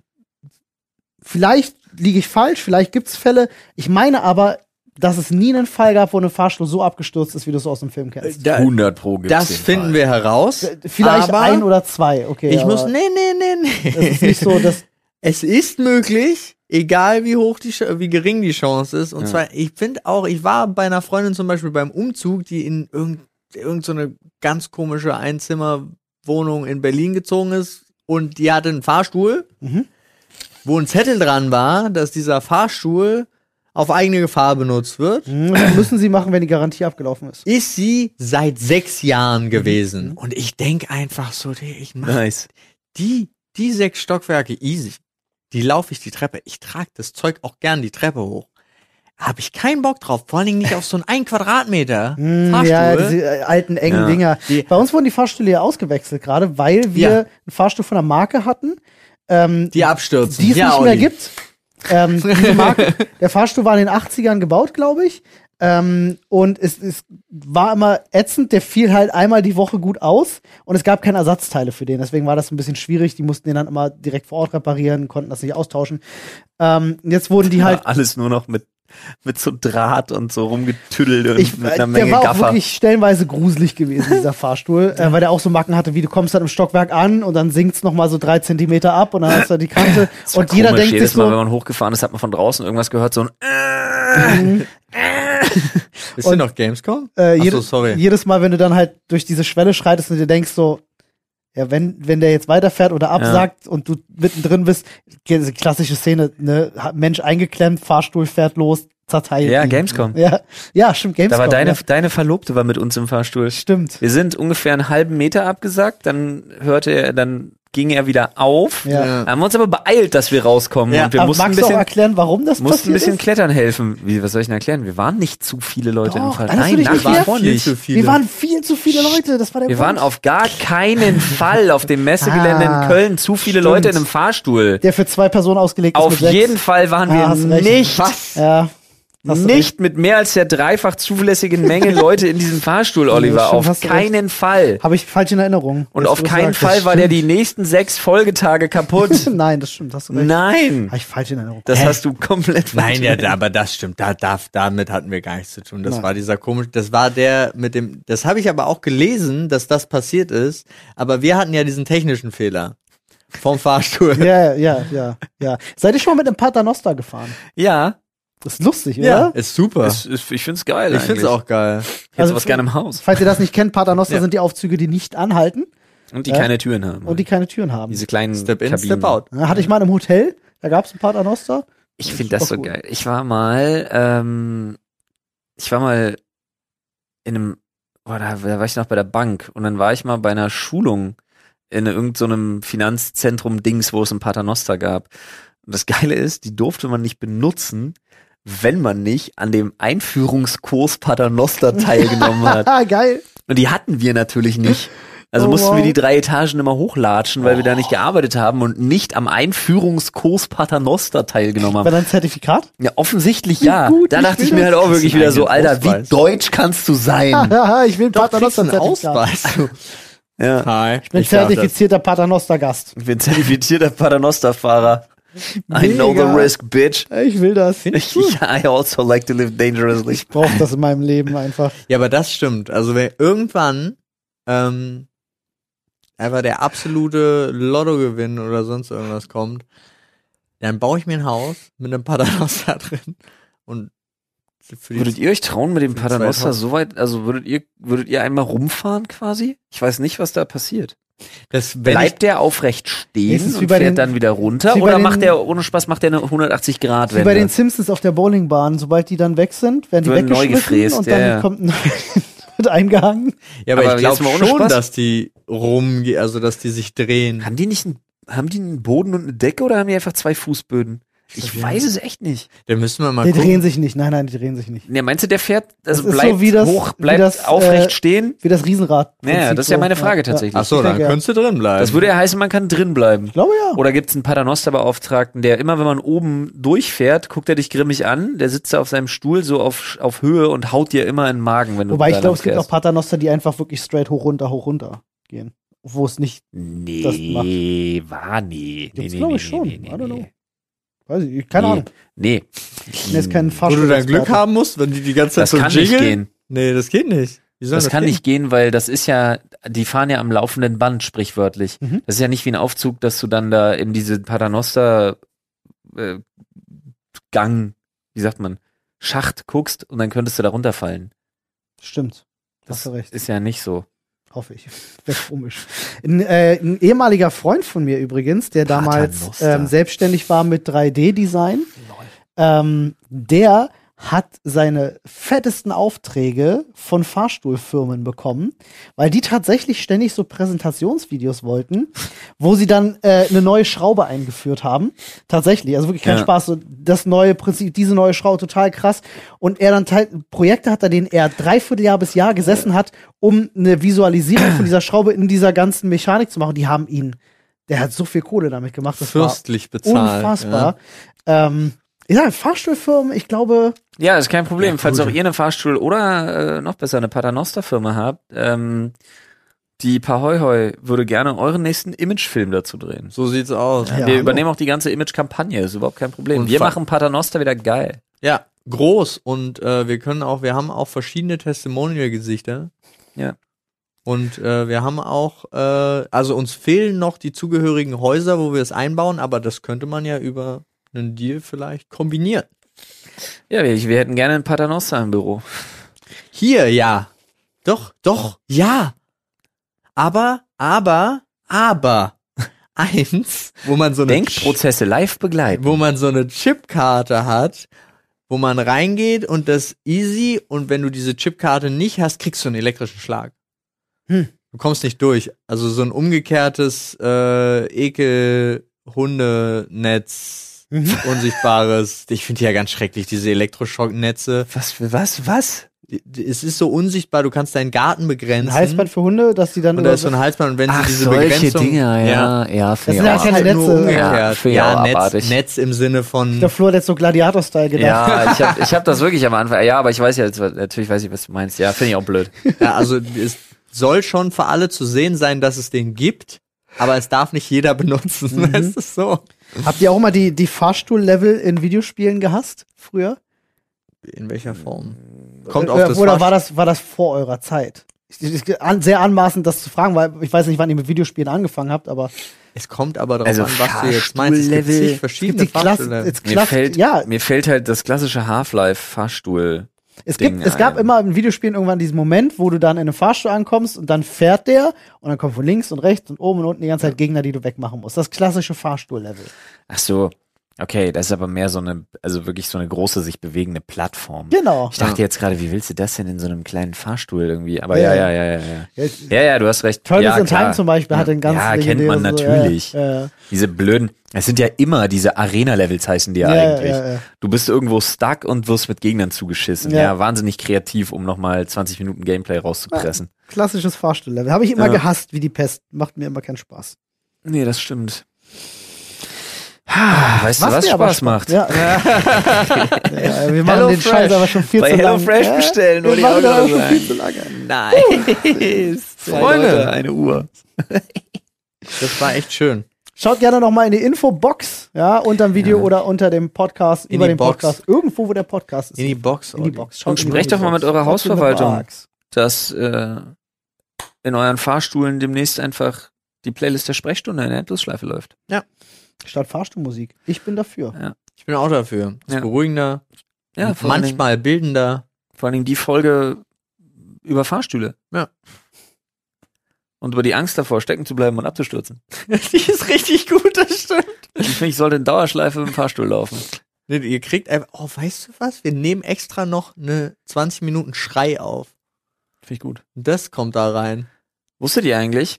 vielleicht liege ich falsch, vielleicht gibt's Fälle. Ich meine aber, dass es nie einen Fall gab, wo ein Fahrstuhl so abgestürzt ist, wie du es aus dem Film kennst. Da, hundert Pro gibt's das den finden Fall. wir heraus. Vielleicht aber ein oder zwei, okay. ich aber muss, nee, nee, nee, nee. Es ist nicht so, dass Es ist möglich, egal wie hoch die, Ch- wie gering die Chance ist. Und Ja. zwar, ich finde auch, ich war bei einer Freundin zum Beispiel beim Umzug, die in irgend, irgend so eine ganz komische Einzimmerwohnung in Berlin gezogen ist, und die hatte einen Fahrstuhl, Mhm. wo ein Zettel dran war, dass dieser Fahrstuhl auf eigene Gefahr benutzt wird. Hm, das müssen sie machen, wenn die Garantie abgelaufen ist. Ist sie seit sechs Jahren gewesen. Und ich denk einfach so, nee, ich mach Nice. die, die sechs Stockwerke easy. Die laufe ich die Treppe. Ich trage das Zeug auch gern die Treppe hoch. Habe ich keinen Bock drauf. Vor allen Dingen nicht auf so einen ein Quadratmeter Hm, Fahrstuhl. ja, diese äh, alten, engen Ja. Dinger. Die- Bei uns wurden die Fahrstühle ja ausgewechselt gerade, weil wir Ja. einen Fahrstuhl von der Marke hatten, ähm, die abstürzen. die es ja, nicht mehr Olli. gibt. Ähm, diese Marke, der Fahrstuhl war in den achtzigern gebaut, glaube ich. Ähm, und es, es war immer ätzend, der fiel halt einmal die Woche gut aus und es gab keine Ersatzteile für den. Deswegen war das ein bisschen schwierig. Die mussten den dann immer direkt vor Ort reparieren, konnten das nicht austauschen. Ähm, jetzt wurden die halt. Ja, alles nur noch mit, mit so Draht und so rumgetüdelt und Ich, mit äh, einer der Menge war auch Gaffer. wirklich stellenweise gruselig gewesen, dieser Fahrstuhl, äh, weil der auch so Macken hatte, wie du kommst dann im Stockwerk an und dann sinkt's noch mal so drei Zentimeter ab und dann hast du die Kante Das war und jeder komisch. denkt sich Jedes Mal, wenn so, man hochgefahren ist, hat man von draußen irgendwas gehört, so ein äh, Ist denn noch Gamescom? äh, Ach jede, so, sorry. jedes Mal, wenn du dann halt durch diese Schwelle schreitest und dir denkst so, ja, wenn, wenn der jetzt weiterfährt oder absagt und du mittendrin bist, diese klassische Szene, ne, Mensch eingeklemmt, Fahrstuhl fährt los, zerteilt. Ja, ihn. Gamescom. Ja, ja, stimmt, Gamescom. Da war deine, ja, deine Verlobte war mit uns im Fahrstuhl. stimmt. Wir sind ungefähr einen halben Meter abgesackt, dann hörte er, dann ging er wieder auf. Ja. Ja. Haben wir uns aber beeilt, dass wir rauskommen Ja, und wir Aber mussten ein magst du auch bisschen, erklären, warum das mussten ein passiert bisschen ist? klettern helfen. Wie, was soll ich denn erklären? Wir waren nicht zu viele Leute Doch, im Fall. erinnerst du Nein, dich nach nicht wie mehr? vor Viel nicht. zu viele. Wir waren viel zu viele Leute, das war der Wir Punkt. waren auf gar keinen Fall auf dem Messegelände Ah, in Köln zu viele stimmt. Leute in einem Fahrstuhl. Der für zwei Personen ausgelegt ist Auf mit sechs. jeden Fall waren Ah, hast wir recht. nicht, Was? Ja. hast du recht. nicht mit mehr als der dreifach zulässigen Menge Leute in diesem Fahrstuhl, Oliver. stimmt, Auf hast du keinen Fall. Habe ich falsch in Erinnerung. Und Jetzt, auf wo du keinen sagst, Fall das war der stimmt. die nächsten sechs Folgetage kaputt. Nein, das stimmt, hast du recht. Nein. Habe ich falsch in Erinnerung. Das Hä? hast du komplett falsch Nein, ja, gemacht. da, aber das stimmt. Da, da, damit hatten wir gar nichts zu tun. Das Nein. war dieser komische, das war der mit dem, das habe ich aber auch gelesen, dass das passiert ist. Aber wir hatten ja diesen technischen Fehler vom Fahrstuhl. Ja, ja, ja, ja. Seid ihr schon mal mit einem Paternoster gefahren? Ja, Das ist lustig, Ja, oder? ist super. es, es, ich find's geil ich find's auch geil. Ich hätte Also sowas f- gerne im Haus. Falls ihr das nicht kennt, Paternoster Ja. sind die Aufzüge, die nicht anhalten Und die Ja. keine Türen haben. und die keine Türen haben. Diese kleinen Step in, Kabinen. step out. Ja, hatte ich mal in einem Hotel, da gab es einen Paternoster. Ich Das finde ist das so doch cool. geil. Ich war mal, ähm, ich war mal in einem, boah, da, da war ich noch bei der Bank und dann war ich mal bei einer Schulung in irgendeinem so einem Finanzzentrum Dings, wo es ein Paternoster gab. Und das Geile ist, die durfte man nicht benutzen, wenn man nicht an dem Einführungskurs Paternoster teilgenommen hat. Ah, geil. Und die hatten wir natürlich nicht. Also Oh, mussten wow. wir die drei Etagen immer hochlatschen, weil wir da nicht gearbeitet haben und nicht am Einführungskurs Paternoster teilgenommen War haben. dein Zertifikat? Ja, offensichtlich ja. gut, da ich dachte will ich mir das. halt auch Das wirklich ist wieder ein so, eigenes Alter, wie Ausweis. deutsch kannst du sein? ich will ein Doch, kriegst du einen Paternoster-Zertifikat. Ausweis. Ja. Hi. Ich bin Ich darf das. zertifizierter Paternoster-Gast. Ich bin zertifizierter Paternoster-Fahrer. I know the Mega. risk, bitch. Ich will das. Ich, I also like to live dangerously. Ich brauche das in meinem Leben einfach. Ja, aber das stimmt. Also wenn irgendwann ähm, einfach der absolute Lottogewinn oder sonst irgendwas kommt, dann baue ich mir ein Haus mit einem Paternoster drin und für die Würdet ihr euch trauen, mit dem für die Paternoster zweitausend so weit, also würdet ihr, würdet ihr einmal rumfahren quasi? Ich weiß nicht, was da passiert. das, wenn Bleibt der aufrecht stehen Es ist wie und bei fährt den- dann wieder runter? wie bei Oder den- macht der, ohne Spaß, macht der eine hundertachtzig Grad Wie bei den Wende? Simpsons auf der Bowlingbahn. Sobald die dann weg sind, werden die Werden neu weggeschmissen gefräst, und dann ja, ja. kommt ein wird eingehangen. ja, aber, aber ich jetzt glaube mal ohne schon, Spaß. dass die rumgehen, also dass die sich drehen. Haben die nicht einen, haben die einen Boden und eine Decke oder haben die einfach zwei Fußböden? Ich glaub, ja. weiß es echt nicht. Da müssen wir mal Die gucken. drehen sich nicht. Nein, nein, die drehen sich nicht. Ne, meinst du, der fährt, also Das ist bleibt so wie das- hoch, wie bleibt das, aufrecht äh, stehen? Wie das Riesenrad. Ja, das ist ja meine Frage tatsächlich. Ach so, Ich dann denke, ja. könntest du drin bleiben. Das würde ja heißen, man kann drin bleiben. Ich glaube ja. Oder gibt's einen Paternoster-Beauftragten, der immer, wenn man oben durchfährt, guckt er dich grimmig an, der sitzt da auf seinem Stuhl so auf, auf Höhe und haut dir immer in den Magen, wenn du Wobei ich da glaube, lang es gibt auch fährst. Paternoster, die einfach wirklich straight hoch runter, hoch runter gehen. Wo es nicht, Nee, war nie. Nee, Gibt's, nee, glaub nee, ich, schon. Nee, nee, I don't know. nee. weiß ich, keine nee. Ahnung. Nee. Ich bin jetzt kein Wo Fahrstuhl. du dein Glück haben musst, wenn die die ganze Zeit Das so kann nicht jingeln? gehen. Nee, das geht nicht. Wie soll Das kann gehen? nicht gehen, weil das ist ja, die fahren ja am laufenden Band, sprichwörtlich. Mhm. Das ist ja nicht wie ein Aufzug, dass du dann da in diese Paternoster äh, Gang, wie sagt man, Schacht guckst und dann könntest du da runterfallen. Stimmt. Das Hast du recht. ist ja nicht so. Hoffe ich. Wäre komisch. Ein, äh, ein ehemaliger Freund von mir übrigens, der damals Paternoster. ähm, selbstständig war mit drei D-Design, ähm, der hat seine fettesten Aufträge von Fahrstuhlfirmen bekommen, weil die tatsächlich ständig so Präsentationsvideos wollten, wo sie dann äh, eine neue Schraube eingeführt haben. Tatsächlich, also wirklich kein Ja. Spaß. So das neue Prinzip, diese neue Schraube, total krass. Und er dann teil Projekte hat, an denen er dreiviertel Jahr bis Jahr gesessen hat, um eine Visualisierung von dieser Schraube in dieser ganzen Mechanik zu machen. Die haben ihn, der hat so viel Kohle damit gemacht. Das Fürstlich war bezahlt. unfassbar. Ähm, ja, Fahrstuhlfirmen, ich glaube, Ja, ist kein Problem. Ja, Falls gut. auch ihr eine Fahrstuhl oder äh, noch besser eine Paternoster-Firma habt, ähm, die Pahoi Hoi würde gerne euren nächsten Imagefilm dazu drehen. So sieht's aus. Ja, Wir hallo. übernehmen auch die ganze Image-Kampagne, ist überhaupt kein Problem. Und Wir fa- machen Paternoster wieder geil. Ja, groß und äh, wir können auch, wir haben auch verschiedene Testimonial-Gesichter. Ja. Und äh, wir haben auch, äh, also uns fehlen noch die zugehörigen Häuser, wo wir es einbauen, aber das könnte man ja über einen Deal vielleicht kombinieren. Ja, wir, wir hätten gerne einen Paternoster im Büro. Hier, ja. Doch, doch, ja. Aber, aber, aber, eins, wo man so eine Denkprozesse live begleiten. wo man so eine Chipkarte hat, wo man reingeht und das easy und wenn du diese Chipkarte nicht hast, kriegst du einen elektrischen Schlag. Hm. Du kommst nicht durch. Also so ein umgekehrtes äh, Ekel-Hundenetz, Mhm. unsichtbares. Ich finde die ja ganz schrecklich, diese Elektroschocknetze. Was für was? Was? Die- die- Es ist so unsichtbar, du kannst deinen Garten begrenzen. ein Halsband für Hunde, dass die dann und da ist so ein Halsband und wenn sie Ach, diese solche Begrenzung Dinger, ja, ja, Das finde sind ich ja auch. keine halt Netze. nur umgekehrt. Ja, finde ich Ja, auch Netz, abartig. Netz im Sinne von der Flur hat jetzt so Gladiator-Style gedacht. Ja, ich habe ich hab das wirklich am Anfang. Ja, aber ich weiß ja jetzt, natürlich weiß ich, was du meinst. Ja, finde ich auch blöd. Ja, also es soll schon für alle zu sehen sein, dass es den gibt, aber es darf nicht jeder benutzen. Mhm. Weißt du so? Habt ihr auch mal die, die Fahrstuhl-Level in Videospielen gehasst früher? In welcher Form? Kommt Äh, auf das Oder Fahrst- war das, war das vor eurer Zeit? Ich, ich, an, sehr anmaßend, das zu fragen, weil ich weiß nicht, wann ihr mit Videospielen angefangen habt, aber Es kommt aber darauf Also an, was du jetzt meinst. Es gibt Fahrstuhl-Level. zig es gibt verschiedene die Klasse, Fahrstühle. es, Mir Klasse, fällt, ja, mir fällt halt das klassische Half-Life-Fahrstuhl. es, gibt, Ding es gab ein. immer in Videospielen irgendwann diesen Moment, wo du dann in einem Fahrstuhl ankommst und dann fährt der und dann kommen von links und rechts und oben und unten die ganze Zeit Gegner, die du wegmachen musst. Das klassische Fahrstuhl-Level. Ach so. Okay, das ist aber mehr so eine, also wirklich so eine große, sich bewegende Plattform. Genau. Ich dachte jetzt gerade, wie willst du das denn in so einem kleinen Fahrstuhl irgendwie? Aber ja, ja, ja, ja, ja. Jetzt, Ja, ja, du hast recht. Turtles ja, in klar. Time zum Beispiel hat den ganz Ja, kennt man legendären so, natürlich. Ja, ja. Diese blöden, es sind ja immer diese Arena-Levels heißen die ja, Ja, eigentlich. ja, ja. Du bist irgendwo stuck und wirst mit Gegnern zugeschissen. Ja. Ja, wahnsinnig kreativ, um nochmal zwanzig Minuten Gameplay rauszupressen. Klassisches Fahrstuhllevel. Habe ich immer Ja. gehasst, wie die Pest. Macht mir immer keinen Spaß. Nee, das stimmt. Ah, weißt du, was mir aber Spaß macht? Ja. ja, wir machen Hello den Fresh. Scheiß aber schon viel Bei zu Hello lange. Fresh Ja, bestellen, wir wollte ich machen auch das gerade schon sagen. viel zu lange. Nice. Freunde. eine Uhr. Das war echt schön. Schaut gerne noch mal in die Infobox, ja, unter dem Video Ja. oder unter dem Podcast, In über die den Box. Irgendwo, irgendwo, wo der Podcast ist. In die Box. In die Olli. Box. Schaut Und in die sprecht doch mal mit Box. eurer What's in the Hausverwaltung. box? Dass äh, in euren Fahrstuhlen demnächst einfach die Playlist der Sprechstunde in der Endlosschleife läuft. Statt Fahrstuhlmusik. Ich bin dafür. Ich bin auch dafür. Ist Ja. beruhigender, Ja, vor allen Dingen- manchmal bildender. Vor allen Dingen die Folge über Fahrstühle. Ja. Und über die Angst davor, stecken zu bleiben und abzustürzen. Die ist richtig gut, das stimmt. Ich finde, ich sollte in Dauerschleife im Fahrstuhl laufen. Nee, ihr kriegt einfach, oh, weißt du was? Wir nehmen extra noch eine zwanzig Minuten Schrei auf. Finde ich gut. Und das kommt da rein. Wusstet ihr eigentlich,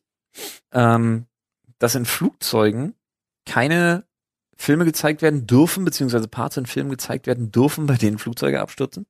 ähm, dass in Flugzeugen keine Filme gezeigt werden dürfen, beziehungsweise Parts in Filmen gezeigt werden dürfen, bei denen Flugzeuge abstürzen?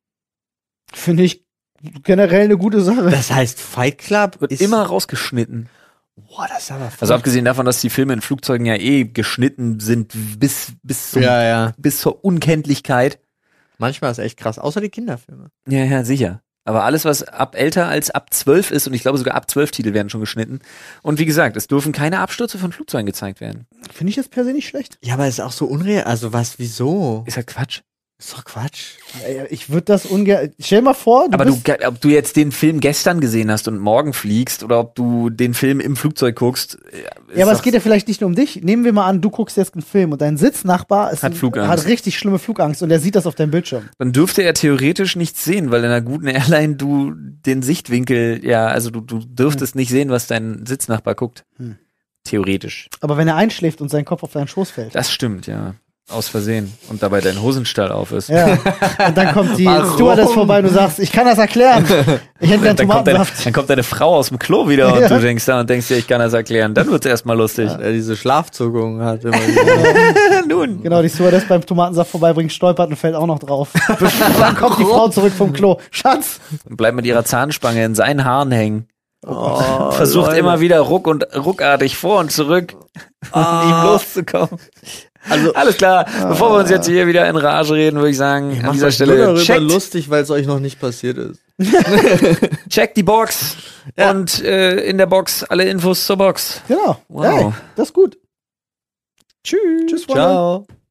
Finde ich generell eine gute Sache. Das heißt, Fight Club Wird ist immer rausgeschnitten. Boah, das ist aber Also abgesehen davon, dass die Filme in Flugzeugen ja eh geschnitten sind bis, bis, zum, ja, ja. bis zur Unkenntlichkeit. Manchmal ist echt krass. Außer die Kinderfilme. Ja, ja, sicher. Aber alles, was ab älter als ab zwölf ist, und ich glaube sogar ab zwölf Titel werden schon geschnitten. Und wie gesagt, es dürfen keine Abstürze von Flugzeugen gezeigt werden. Finde ich jetzt per se nicht schlecht. Ja, aber es ist auch so unreal. Also was, wieso? Ist halt Quatsch. Ist doch Quatsch. Ey, Ich würde das ungern. Stell dir mal vor, du Aber du, bist, ge- ob du jetzt den Film gestern gesehen hast und morgen fliegst oder ob du den Film im Flugzeug guckst. äh, ist ja, aber es doch- geht ja vielleicht nicht nur um dich. Nehmen wir mal an, du guckst jetzt einen Film und dein Sitznachbar ist, Hat Flugangst. hat richtig schlimme Flugangst und der sieht das auf deinem Bildschirm. Dann dürfte er theoretisch nichts sehen, weil in einer guten Airline du den Sichtwinkel, ja, also du, du dürftest nicht sehen, was dein Sitznachbar guckt. Hm. Theoretisch. Aber wenn er einschläft und sein Kopf auf deinen Schoß fällt. Das stimmt, ja. Aus Versehen. Und dabei dein Hosenstall auf ist. Ja. Und dann kommt die Warum? Stewardess vorbei und du sagst, ich kann das erklären. Ich hätte gern Dann kommt, deine, Tomatensaft. dann kommt deine Frau aus dem Klo wieder und Ja. du denkst da und denkst dir, ich kann das erklären. Dann wird's erstmal lustig. Der diese Schlafzuckung hat immer wieder. Nun. Genau, die Stewardess beim Tomatensaft vorbeibringt, stolpert und fällt auch noch drauf. Dann kommt die Frau zurück vom Klo. Schatz! Und bleibt mit ihrer Zahnspange in seinen Haaren hängen. Oh, Versucht Leute. immer wieder ruck und ruckartig vor und zurück, um ihm loszukommen. Also, alles klar, bevor wir uns jetzt hier wieder in Rage reden, würde ich sagen, an Macht dieser euch nur Stelle darüber checkt, lustig, weil es euch noch nicht passiert ist. checkt die Box Ja. und äh, in der Box alle Infos zur Box. Genau. Wow. Hey, das ist gut. Tschüss. Tschüss, Freunde. Ciao.